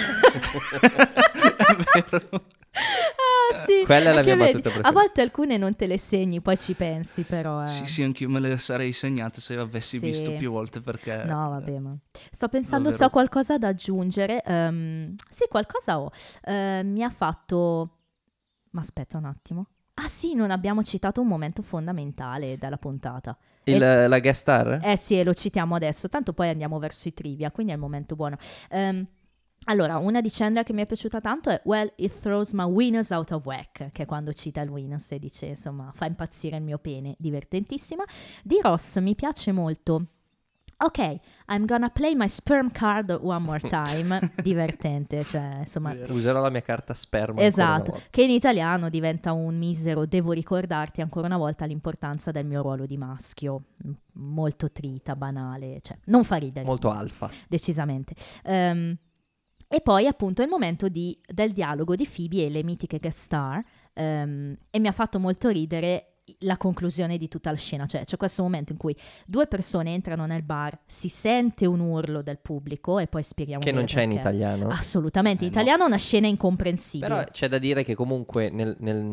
Sì, Quella è la che mia vedi, battuta preferita. a volte alcune non te le segni, poi ci pensi, però. Sì, anch'io me le sarei segnate se avessi Sì. visto più volte perché... No, vabbè, ma sto pensando se davvero. ho qualcosa da aggiungere. Sì, qualcosa ho. Mi ha fatto... Ma aspetta un attimo. Ah sì, non abbiamo citato un momento fondamentale della puntata. La guest star? Sì, e lo citiamo adesso, tanto poi andiamo verso i trivia, quindi è il momento buono. Allora, una di Chandler che mi è piaciuta tanto è "Well, it throws my winners out of whack", che è quando cita il winners e dice, insomma, fa impazzire il mio pene, divertentissima. Di Ross mi piace molto "Ok, I'm gonna play my sperm card one more time", divertente, cioè, insomma... Userò la mia carta sperma ancora una Esatto, volta. che in italiano diventa un misero "devo ricordarti ancora una volta l'importanza del mio ruolo di maschio", molto trita, banale, cioè non fa ridere. Molto alfa. Decisamente. E poi appunto il momento del dialogo di Phoebe e le mitiche guest star, e mi ha fatto molto ridere la conclusione di tutta la scena, cioè c'è questo momento in cui due persone entrano nel bar, si sente un urlo del pubblico e poi spieghiamo Che non bene c'è in perché. italiano. Assolutamente, in No. italiano è una scena incomprensibile. Però c'è da dire che comunque nel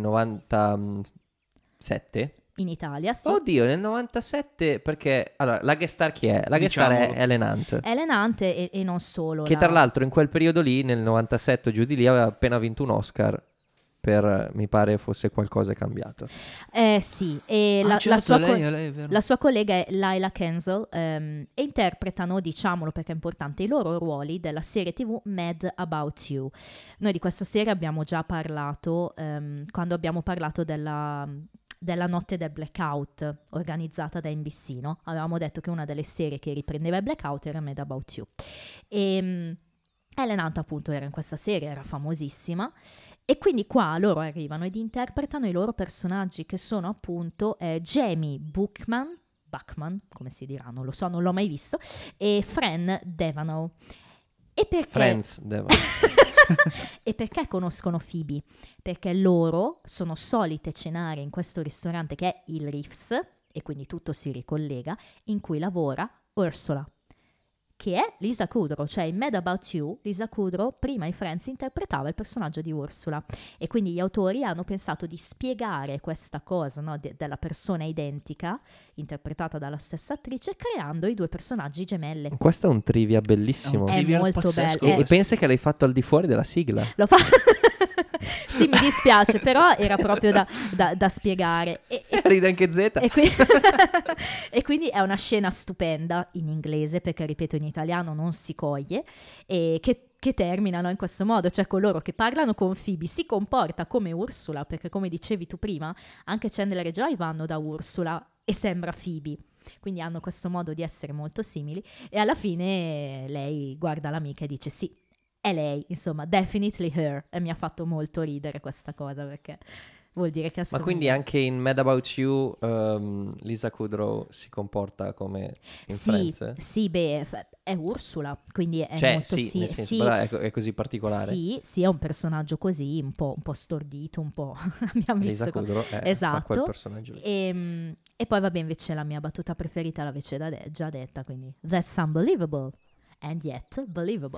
97... In Italia, sì. Oddio, nel 97 perché... Allora, la guest star chi è? La guest star è Diciamolo. Ellen Hunt. Ellen Hunt e non solo. Che tra l'altro in quel periodo lì, nel 97 o giù di lì, aveva appena vinto un Oscar per, mi pare fosse Qualcosa è cambiato. Sì, e Ah, la certo, sua lei è vero. la sua collega è Lila Kensel, e interpretano, diciamolo perché è importante, i loro ruoli della serie TV Mad About You. Noi di questa serie abbiamo già parlato quando abbiamo parlato della notte del blackout organizzata da NBC, no? Avevamo detto che una delle serie che riprendeva il blackout era Mad About You. E Ellen Hunt appunto era in questa serie, era famosissima. E quindi qua loro arrivano ed interpretano i loro personaggi, che sono appunto Jamie Buckman, come si dirà, non lo so, non l'ho mai visto, e Fran Devanoe. E perché... Friends, devo. E perché conoscono Phoebe? Perché loro sono solite cenare in questo ristorante che è il Riffs, e quindi tutto si ricollega, in cui lavora Ursula, che è Lisa Kudrow, cioè in Mad About You Lisa Kudrow prima in Friends interpretava il personaggio di Ursula, e quindi gli autori hanno pensato di spiegare questa cosa, no, della persona identica interpretata dalla stessa attrice, creando i due personaggi gemelle. Questo è un trivia bellissimo. È un È Trivial molto pazzesco bello. E pensa che l'hai fatto al di fuori della sigla. Lo fa... Sì, mi dispiace, però era proprio da spiegare. Ride anche Z. E quindi è una scena stupenda in inglese, perché ripeto, in italiano non si coglie, e che terminano in questo modo, cioè coloro che parlano con Phoebe si comporta come Ursula, perché come dicevi tu prima, anche Chandler e Joy vanno da Ursula e sembra Phoebe. Quindi hanno questo modo di essere molto simili, e alla fine lei guarda l'amica e dice sì, è lei, insomma, definitely her, e mi ha fatto molto ridere questa cosa, perché vuol dire che Ma assomiglia. quindi anche in Mad About You Lisa Kudrow si comporta come in Friends? Sì, beh, è Ursula, quindi è Cioè, molto sì, nel senso, però è così particolare. Sì, è un personaggio così, un po' stordito, un po'. Abbiamo visto Lisa Kudrow fa esatto. quel personaggio. E poi vabbè, invece la mia battuta preferita l'avete già detta, quindi "That's unbelievable and yet believable".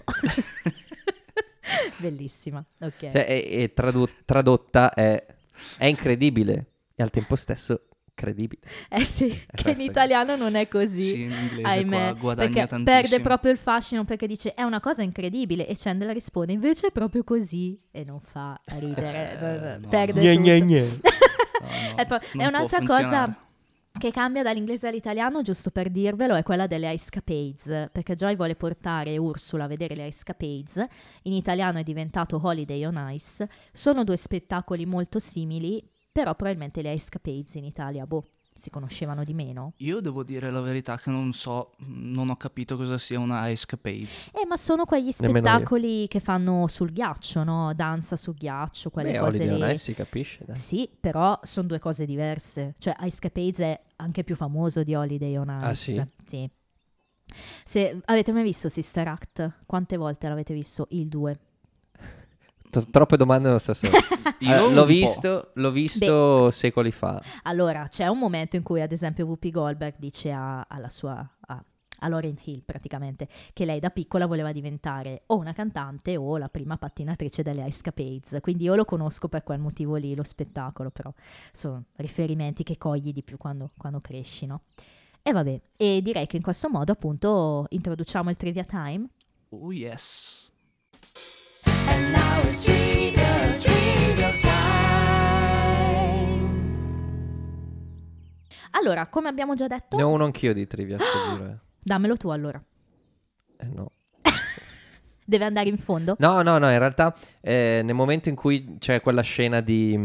Bellissima, ok. Cioè, è tradotta è incredibile e al tempo stesso credibile. Sì, che in questo. italiano non è così. Sì, in inglese Ahimè, qua guadagna perché tantissimo. perde proprio il fascino, perché dice è una cosa incredibile, e Chandler risponde invece è proprio così, e non fa ridere, no, perde Gne, tutto. gne, gne. È non un'altra può funzionare. cosa che cambia dall'inglese all'italiano, giusto per dirvelo, è quella delle escapades, perché Joy vuole portare Ursula a vedere le escapades, in italiano è diventato Holiday on Ice, sono due spettacoli molto simili, però probabilmente le escapades in Italia, si conoscevano di meno. Io devo dire la verità che non ho capito cosa sia una escapades. Ma sono quegli Nemmeno spettacoli che fanno sul ghiaccio, no? Danza sul ghiaccio, quelle Beh, cose Holiday on lì. Ice si capisce, dai. Sì, però sono due cose diverse. Cioè, Escapades è anche più famoso di Holiday on Ice. Ah, sì? Sì. Se avete mai visto Sister Act? Quante volte l'avete visto? Il 2? Troppe domande nello stesso. Io L'ho un visto secoli fa. Allora, c'è un momento in cui, ad esempio, Whoopi Goldberg dice a Lauryn Hill, praticamente, che lei da piccola voleva diventare o una cantante o la prima pattinatrice delle Escapades. Quindi io lo conosco per quel motivo lì, lo spettacolo, però sono riferimenti che cogli di più quando cresci, no? E vabbè, e direi che in questo modo, appunto, introduciamo il Trivia Time. Oh yes. And now it's trivia time. Allora, come abbiamo già detto, Ne ho uno anch'io di trivia a sto giro. dammelo tu allora. No. Deve andare in fondo? No, in realtà nel momento in cui c'è quella scena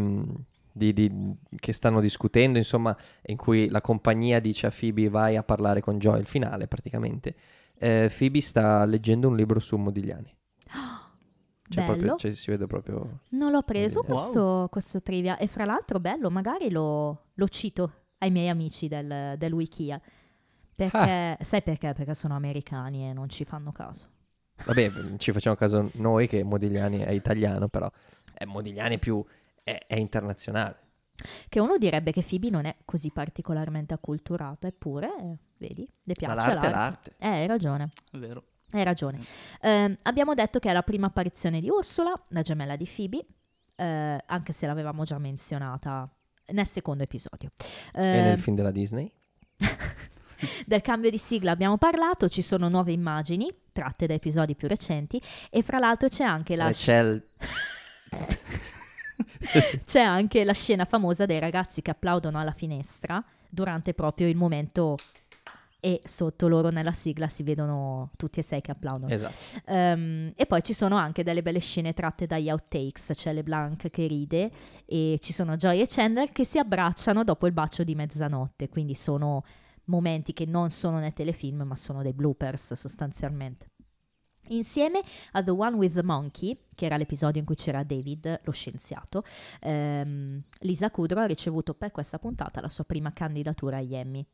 che stanno discutendo, insomma, in cui la compagnia dice a Phoebe vai a parlare con Joy, il finale praticamente, Phoebe sta leggendo un libro su Modigliani. Bello. Si vede proprio... Non l'ho preso Wow. questo trivia e fra l'altro bello, magari lo cito ai miei amici del Wikia. Perché, sai perché? Perché sono americani e non ci fanno caso. Vabbè, ci facciamo caso noi che Modigliani è italiano, però Modigliani è internazionale. Che uno direbbe che Phoebe non è così particolarmente acculturata, eppure, vedi, le Ma piace l'arte è l'arte. l'arte. Hai ragione. È vero. Hai ragione. Abbiamo detto che è la prima apparizione di Ursula, la gemella di Phoebe, anche se l'avevamo già menzionata nel secondo episodio. E nel film della Disney. Del cambio di sigla abbiamo parlato, ci sono nuove immagini tratte da episodi più recenti e fra l'altro c'è anche c'è anche la scena famosa dei ragazzi che applaudono alla finestra durante proprio il momento e sotto loro nella sigla si vedono tutti e sei che applaudono. Esatto. E poi ci sono anche delle belle scene tratte dagli outtakes, c'è LeBlanc che ride e ci sono Joy e Chandler che si abbracciano dopo il bacio di mezzanotte, quindi sono momenti che non sono nei telefilm ma sono dei bloopers sostanzialmente. Insieme a The One with the Monkey, che era l'episodio in cui c'era David, lo scienziato, Lisa Kudrow ha ricevuto per questa puntata la sua prima candidatura agli Emmy.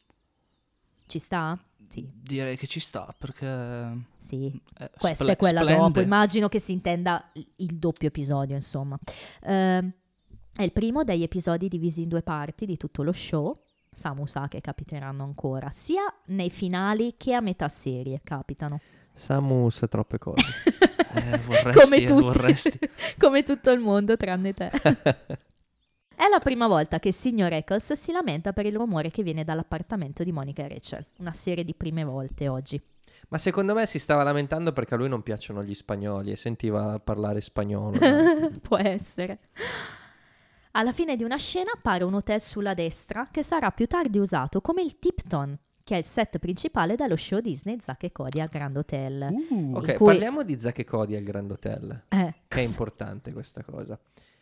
Ci sta? Sì. Direi che ci sta perché... Sì, questa è quella splende. dopo. Immagino che si intenda il doppio episodio, insomma. È il primo degli episodi divisi in due parti di tutto lo show. Samu sa che capiteranno ancora, sia nei finali che a metà serie capitano. Samu sa troppe cose. Vorresti. Come tutto il mondo, tranne te. È la prima volta che il signor Eccles si lamenta per il rumore che viene dall'appartamento di Monica e Rachel. Una serie di prime volte oggi. Ma secondo me si stava lamentando perché a lui non piacciono gli spagnoli e sentiva parlare spagnolo. Può essere. Alla fine di una scena appare un hotel sulla destra che sarà più tardi usato come il Tipton, che è il set principale dello show Disney Zack e Cody al Grand Hotel. Ok, in cui- parliamo di Zack e Cody al Grand Hotel, che è cosa- importante questa cosa.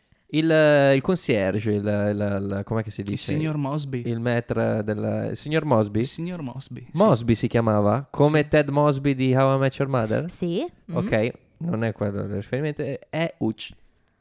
Il concierge, com'è che si Il dice? signor Mosby. Il maître il signor Mosby? Il signor Mosby. sì. Mosby si chiamava? Come Ted Mosby di How I Met Your Mother? Sì, Ok, non è quello il riferimento, è Uch.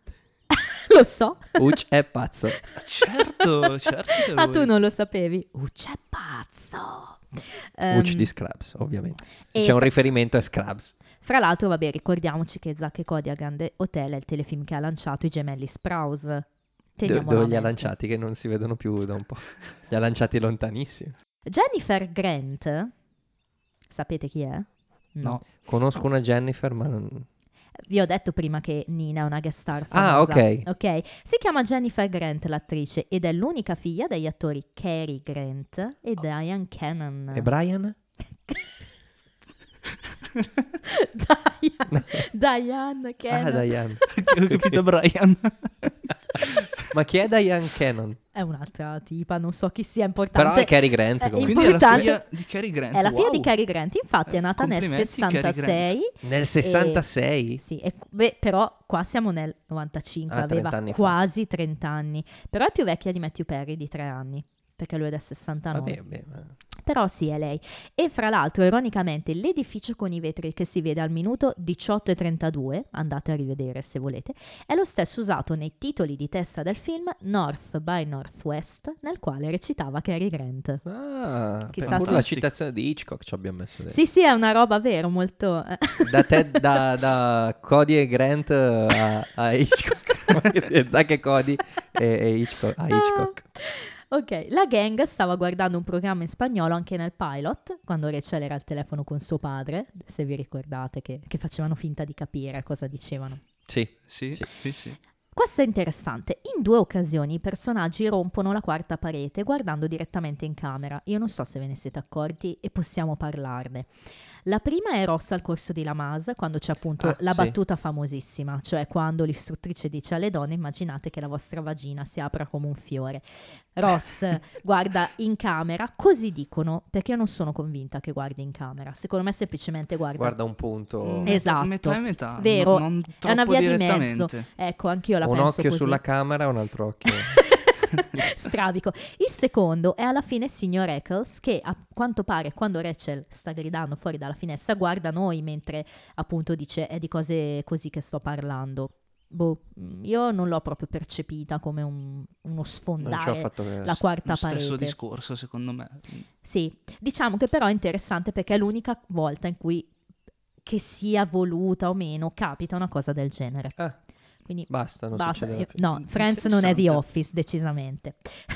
lo so. Uch è pazzo. Certo che Ah, lui. tu non lo sapevi? C'è pazzo! Uch di Scrubs, ovviamente. e C'è un fra- riferimento a Scrubs. Fra l'altro, vabbè, ricordiamoci che Zack e Cody al Grande Hotel è il telefilm che ha lanciato i gemelli Sprouse. Teniamolo Dove a li ha mente. lanciati che non si vedono più da un po'. Li ha lanciati lontanissimi. Jennifer Grant, sapete chi è? No. Conosco una Jennifer, ma non... Vi ho detto prima che Nina è una guest star Ah, famosa. ok. Si chiama Jennifer Grant, l'attrice, ed è l'unica figlia degli attori Cary Grant e Diane Cannon. E Brian? Diane Cannon. Ah, Diane. Ho capito Brian. Ma chi è Diane Cannon? È un'altra tipa, non so chi sia, importante. Però è Cary Grant È comunque. Quindi è la importante. figlia di Cary Grant. È la figlia wow. di Cary Grant, infatti è nata nel Complimenti, Cary 66. Nel 66? Sì, però qua siamo nel 95, Ah, 30 aveva anni fa. quasi 30 anni. Però è più vecchia di Matthew Perry di 3 anni, perché lui è del 69. Vabbè. Però sì, è lei. E fra l'altro, ironicamente, l'edificio con i vetri che si vede al minuto 18:32, andate a rivedere se volete, è lo stesso usato nei titoli di testa del film North by Northwest, nel quale recitava Cary Grant. Ah, Chissà pure se- la citazione di Hitchcock ci abbiamo messo dentro. Sì, è una roba vero, molto... Da Cody e Grant a Hitchcock. Zack e Cody e Hitchcock. A Hitchcock. Ok, la gang stava guardando un programma in spagnolo anche nel pilot, quando Rachel era al telefono con suo padre, se vi ricordate, che facevano finta di capire cosa dicevano. Sì. Sì, Sì. sì, sì. Questo è interessante. In 2 occasioni i personaggi rompono la quarta parete guardando direttamente in camera. Io non so se ve ne siete accorti e possiamo parlarne. La prima è Ross al corso di Lamaze, quando c'è appunto la sì. battuta famosissima, cioè quando l'istruttrice dice alle donne: immaginate che la vostra vagina si apra come un fiore. Ross guarda in camera, così dicono, perché io non sono convinta che guardi in camera. Secondo me semplicemente guarda un punto. Esatto. Metà e metà. Vero, Non è una troppo via di mezzo. direttamente. Ecco, anch'io la Un penso occhio così. sulla camera e un altro occhio. Strabico. Il secondo è alla fine il signor Eccles, che a quanto pare quando Rachel sta gridando fuori dalla finestra guarda noi mentre appunto dice: è di cose così che sto parlando. Io non l'ho proprio percepita come uno Non ci ho sfondare fatto la quarta Lo stesso parete. discorso, secondo me. Sì, diciamo che però è interessante perché è l'unica volta in cui, che sia voluta o meno, capita una cosa del genere. Quindi Basta, non basta. succederà più. No, Friends non è The Interessante. Office, decisamente.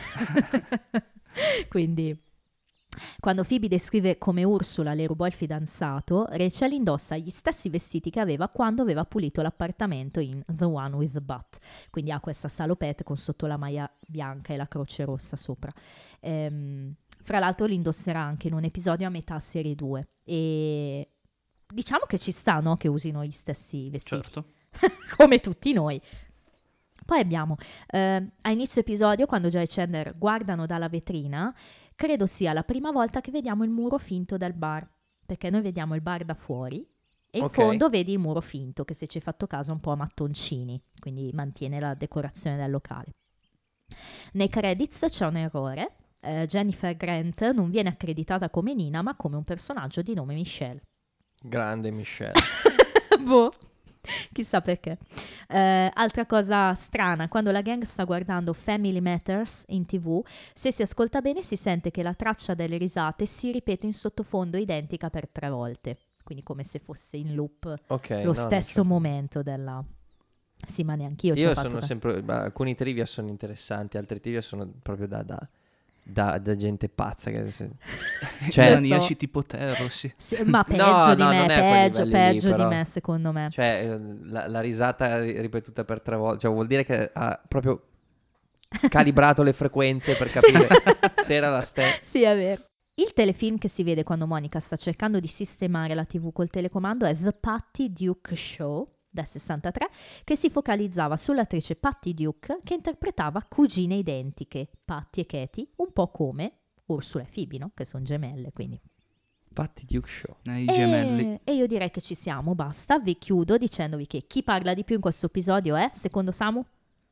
Quindi, quando Phoebe descrive come Ursula le rubò il fidanzato, Rachel indossa gli stessi vestiti che aveva quando aveva pulito l'appartamento in The One with the Butt. Quindi ha questa salopette con sotto la maglia bianca e la croce rossa sopra. Fra l'altro li indosserà anche in un episodio a metà serie 2. E diciamo che ci sta, no? Che usino gli stessi vestiti. Certo. Come tutti noi. Poi abbiamo a inizio episodio, quando Joy e Chandler guardano dalla vetrina, credo sia la prima volta che vediamo il muro finto del bar, perché noi vediamo il bar da fuori e in Ok. fondo vedi il muro finto, che se ci hai fatto caso è un po' a mattoncini, quindi mantiene la decorazione del locale. Nei credits c'è un errore. Jennifer Grant non viene accreditata come Nina, ma come un personaggio di nome Michelle. Grande Michelle. Boh, chissà perché. Altra cosa strana, quando la gang sta guardando Family Matters in TV, se si ascolta bene si sente che la traccia delle risate si ripete in sottofondo identica per 3 volte, quindi come se fosse in loop Ok. lo no, non stesso c'è. momento della... Sì, ma neanch'io ci ho Io fatto... sono sempre. Alcuni trivia sono interessanti, altri trivia sono proprio da gente pazza. Cioè, Maniaci tipo te, Rossi. Sì, ma peggio No, di no, me, non è a quei livelli lì, peggio di però. me secondo me. Cioè, la risata ripetuta per 3 volte, cioè vuol dire che ha proprio calibrato le frequenze per capire se era la stessa. Sì, è vero. Il telefilm che si vede quando Monica sta cercando di sistemare la TV col telecomando è The Patty Duke Show, del 63, che si focalizzava sull'attrice Patty Duke, che interpretava cugine identiche, Patty e Katie, un po' come Ursula e Phoebe, no? Che sono gemelle, quindi. Patty Duke Show. I gemelli. E io direi che ci siamo, basta. Vi chiudo dicendovi che chi parla di più in questo episodio è, secondo Samu?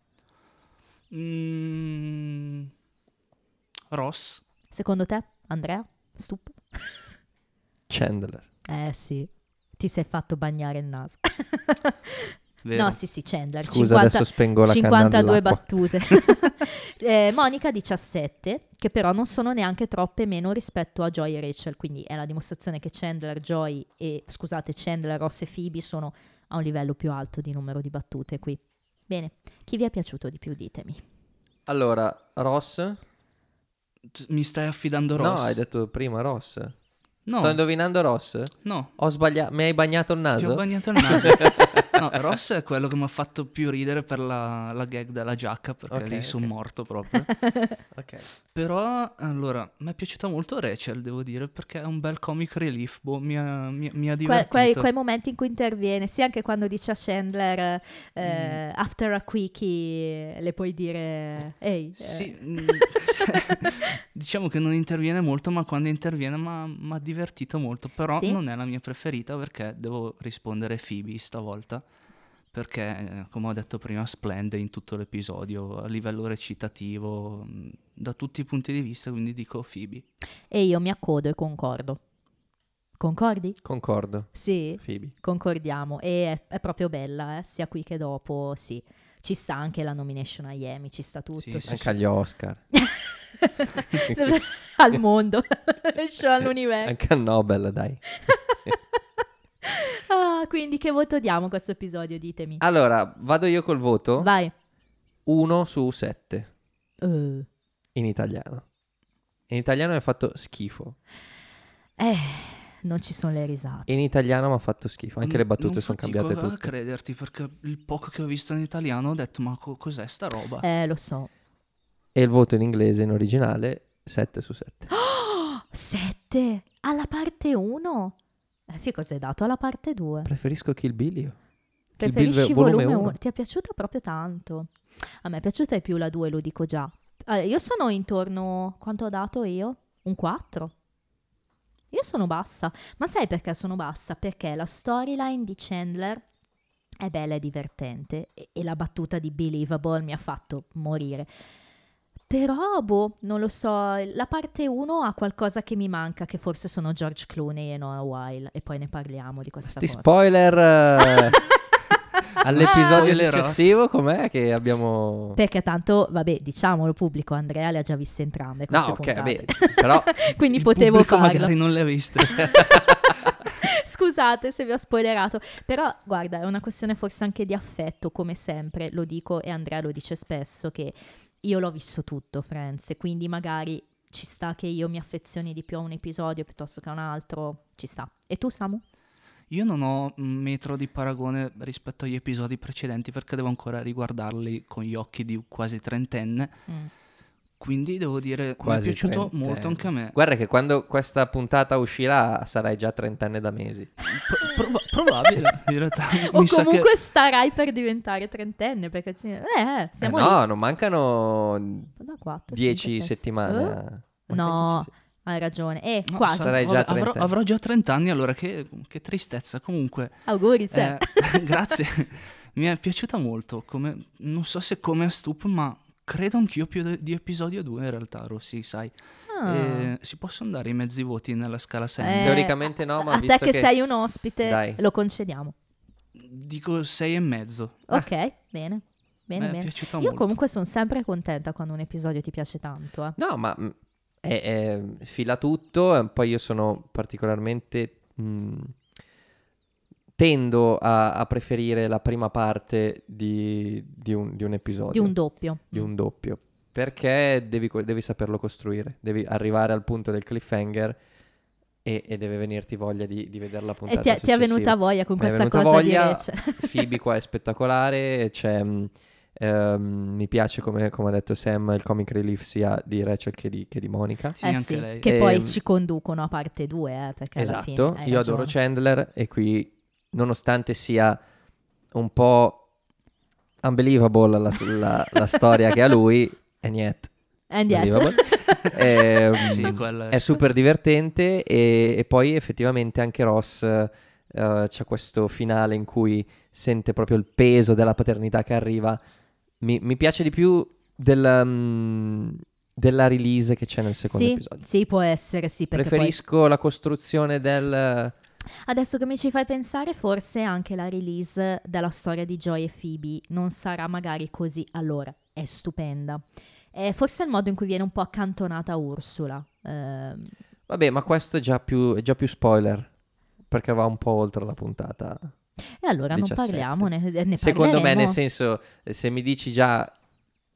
Ross. Secondo te, Andrea? Stup? Chandler. Sì, ti sei fatto bagnare il naso. Vero. No, sì, Chandler. Scusa, adesso spengo la canna 52 dell'acqua. battute. Monica 17, che però non sono neanche troppe meno rispetto a Joy e Rachel, quindi è la dimostrazione che Chandler, Ross e Phoebe sono a un livello più alto di numero di battute qui. Bene, chi vi è piaciuto di più, ditemi. Allora, Ross? Mi stai affidando Ross? No, hai detto prima Ross. No, Sto indovinando Ross? no. Ho sbagliato. Mi hai bagnato il Ti ho naso? bagnato il naso. No, Ross è quello che mi ha fatto più ridere per la gag della giacca, perché Ok, lì sono ok. morto proprio. Ok. Però, allora, mi è piaciuta molto Rachel, devo dire, perché è un bel comic relief, boh, mi ha divertito. Quei momenti in cui interviene, sì, anche quando dice a Chandler after a quickie le puoi dire ehi. Sì, diciamo che non interviene molto, ma quando interviene mi ha divertito molto, però Sì? non è la mia preferita perché devo rispondere Phoebe stavolta, perché come ho detto prima splende in tutto l'episodio a livello recitativo, da tutti i punti di vista, quindi dico Phoebe. E io mi accodo e concordo. Concordi? Concordo. Sì, Phoebe. concordiamo. E è proprio bella, sia qui che dopo, sì. Ci sta anche la nomination agli Emmy, ci sta tutto. Sì, sì, Anche agli Oscar. Al mondo, cioè all'universo. Anche al Nobel, dai. Ah, quindi che voto diamo a questo episodio, ditemi. Allora, vado io col voto. Vai. 1 su 7 Eh, in italiano. In italiano mi ha fatto schifo. non ci sono le risate. In italiano mi ha fatto schifo. Anche le battute Non sono fatico cambiate a tutte. crederti, perché il poco che ho visto in italiano ho detto, ma cos'è sta roba? Lo so. E il voto in inglese, in originale, 7 su 7. 7 alla parte 1. Cos'è dato alla parte 2? Preferisco Kill Bill io. Kill Bill Preferisci volume volume 1. 1? Ti è piaciuta proprio tanto? A me è piaciuta di più la 2, lo dico già. Allora, io sono intorno... Quanto ho dato io? Un 4. Io sono bassa. Ma sai perché sono bassa? Perché la storyline di Chandler è bella e divertente e la battuta di Believable mi ha fatto morire. Però, boh, non lo so, la parte 1 ha qualcosa che mi manca, che forse sono George Clooney e Noah Weil, e poi ne parliamo di questa Sti cosa. spoiler all'episodio Spoilerò. successivo, com'è che abbiamo... Perché tanto, vabbè, diciamolo pubblico, Andrea le ha già viste entrambe No, queste ok, puntate. vabbè, però... Quindi Il potevo pubblico farlo. magari non le ha viste. Scusate se vi ho spoilerato, però guarda, è una questione forse anche di affetto, come sempre, lo dico e Andrea lo dice spesso, che io l'ho visto tutto, Friends, e quindi magari ci sta che io mi affezioni di più a un episodio piuttosto che a un altro, ci sta. E tu, Samu? Io non ho un metro di paragone rispetto agli episodi precedenti perché devo ancora riguardarli con gli occhi di quasi trentenne, quindi devo dire Quasi mi è piaciuto trentenne. molto anche a me. Guarda che quando questa puntata uscirà sarai già 30enne da mesi. Probabile, in realtà. O Mi sa che comunque starai per diventare trentenne, perché siamo no, non mancano lì. Da 4, 10 5, 6. settimane. No, Mancano 10 hai ragione. no, Quasi. sarai già avrò, trentenne. avrò già 30 anni, allora che tristezza. Comunque, Auguri, Sam. grazie. Mi è piaciuta molto, non so se come a Stup, ma credo anch'io più di episodio 2 in realtà, Rossi, sai. Ah. Si possono dare i mezzi voti nella scala 6? Teoricamente no, ma a te visto che che- sei un ospite, Dai. lo concediamo. Dico 6,5. Ok, bene. Mi Bene, è bene. piaciuta Io molto. comunque sono sempre contenta quando un episodio ti piace tanto. No, ma fila tutto, e poi io sono particolarmente... tendo a preferire la prima parte di un episodio. Di un doppio. Di un doppio. Perché devi saperlo costruire. Devi arrivare al punto del cliffhanger e deve venirti voglia di vedere la puntata E ti è successiva. venuta voglia con Mi è questa venuta cosa voglia. di Rachel. Phoebe qua è spettacolare, mi piace come ha detto Sam il comic relief sia di Rachel che di Monica. Sì, anche sì, lei. che poi Ehm, ci conducono a parte 2, perché alla fine Esatto, hai io adoro ragione. Chandler e qui nonostante sia un po' unbelievable la storia che ha lui, e niente. Andiamo. Unbelievable. Sì, quella È super divertente e poi effettivamente anche Ross c'è questo finale in cui sente proprio il peso della paternità che arriva. Mi piace di più della release che c'è nel secondo Sì, episodio. sì, può essere, sì, perché Preferisco la costruzione del... poi adesso che mi ci fai pensare, forse anche la release della storia di Joy e Phoebe non sarà magari così. Allora, è stupenda. È forse il modo in cui viene un po' accantonata Ursula. Vabbè, ma questo è già più spoiler, perché va un po' oltre la puntata. E allora 17. non parliamo, ne Secondo me, parleremo. nel senso, se mi dici già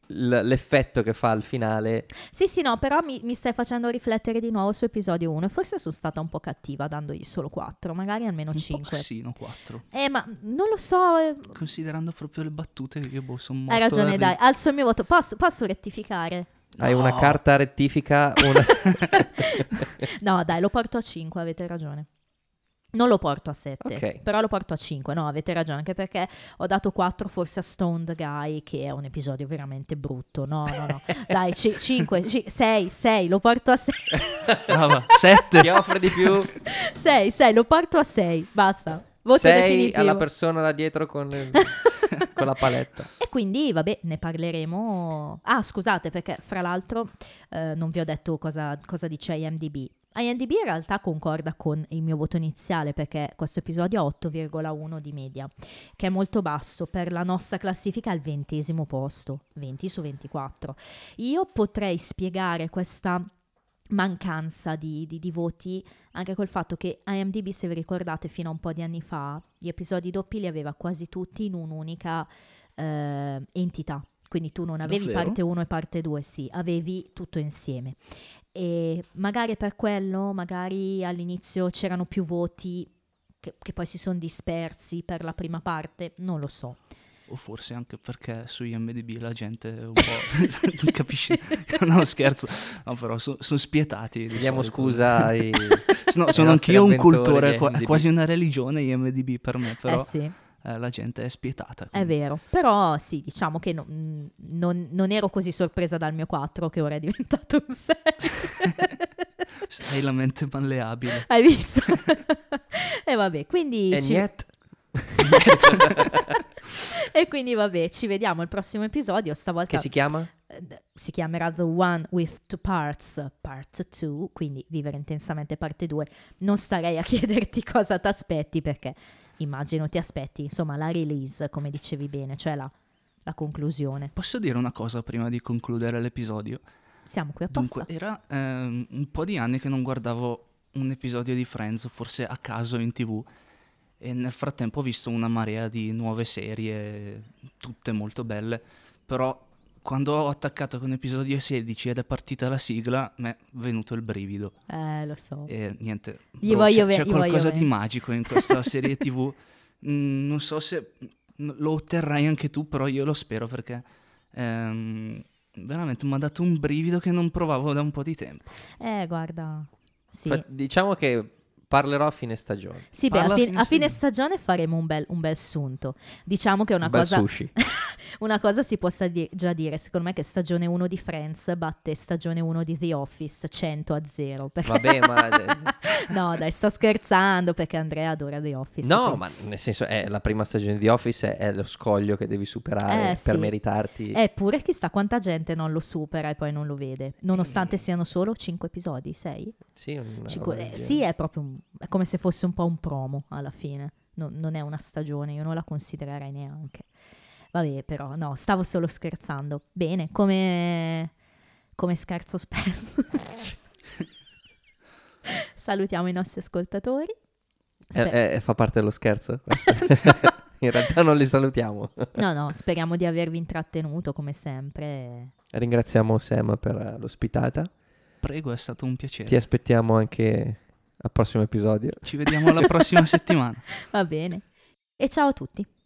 l'effetto che fa al finale. Sì, no, però mi stai facendo riflettere di nuovo su episodio 1 e forse sono stata un po' cattiva dandogli solo 4, magari almeno Un po' 5. sì, no, 4. Ma non lo so. Considerando proprio le battute, io sono morto. Hai ragione, da dai, alzo il mio voto. Posso rettificare? Hai una No. carta rettifica, una... No, dai, lo porto a 5, avete ragione. Non lo porto a 7, Ok. però lo porto a 5, no, avete ragione, anche perché ho dato 4 forse a Stoned Guy, che è un episodio veramente brutto, no, dai, 5, 6, lo porto a 6, Brava, 7. Ti offre di più. 6, lo porto a 6, basta, voto 6 definitivo. alla persona là dietro con la paletta. E quindi, vabbè, ne parleremo. Ah, scusate, perché fra l'altro non vi ho detto cosa dice IMDb. IMDb in realtà concorda con il mio voto iniziale, perché questo episodio ha 8,1 di media, che è molto basso. Per la nostra classifica al 20° posto, 20 su 24. Io potrei spiegare questa mancanza di voti anche col fatto che IMDb, se vi ricordate, fino a un po' di anni fa gli episodi doppi li aveva quasi tutti in un'unica entità, quindi tu non avevi Davvero? parte 1 e parte 2, sì, avevi tutto insieme, e magari per quello, magari all'inizio c'erano più voti che poi si sono dispersi per la prima parte, non lo so. O forse anche perché su IMDb la gente un po' non capisce. No, scherzo. No, però sono spietati. di Chiediamo solito. scusa ai Sono nostri anch'io un avventori cultore, di IMDb. quasi una religione IMDb per me, però Sì, la gente è spietata. è quindi. vero, però sì, diciamo che non ero così sorpresa dal mio 4 che ora è diventato un 6. Hai la mente malleabile. Hai visto? E vabbè, quindi E niet. e quindi vabbè, ci vediamo al prossimo episodio, stavolta Che si chiama? si chiamerà The One with Two Parts, Part 2, quindi Vivere intensamente parte 2. Non starei a chiederti cosa ti aspetti, perché immagino ti aspetti, insomma, la release, come dicevi bene, cioè la conclusione. Posso dire una cosa prima di concludere l'episodio? Siamo qui apposta. Dunque, era un po' di anni che non guardavo un episodio di Friends, forse a caso in TV, e nel frattempo ho visto una marea di nuove serie, tutte molto belle, però quando ho attaccato con episodio 16 ed è partita la sigla, mi è venuto il brivido. Lo so. E niente, Gli voglio c'è bene, gli voglio qualcosa bene. di magico in questa serie TV. Non so se lo otterrai anche tu, però io lo spero, perché veramente mi ha dato un brivido che non provavo da un po' di tempo. Guarda, sì. Diciamo che parlerò a fine stagione. Sì, beh, Parla a fine stagione. stagione faremo un bel sunto. Diciamo che è una Un bel cosa, sushi. una cosa si possa già dire, secondo me, che stagione 1 di Friends batte stagione 1 di The Office 100-0. Perché... Vabbè, ma No, dai, sto scherzando, perché Andrea adora The Office. no, quindi- ma nel senso la prima stagione di Office è lo scoglio che devi superare per sì. meritarti. Eppure chissà quanta gente non lo supera e poi non lo vede, nonostante siano solo 5 episodi, 6? Sì, una roba Cinque- del sì, genere. è proprio è come se fosse un po' un promo alla fine. Non è una stagione, io non la considererei neanche. Vabbè, però, no, stavo solo scherzando. Bene, come scherzo spesso. Salutiamo i nostri ascoltatori. Fa parte dello scherzo questo? In realtà non li salutiamo. No, speriamo di avervi intrattenuto come sempre. Ringraziamo Sam per l'ospitata. Prego, è stato un piacere. Ti aspettiamo anche al prossimo episodio. Ci vediamo la prossima settimana. Va bene. E ciao a tutti.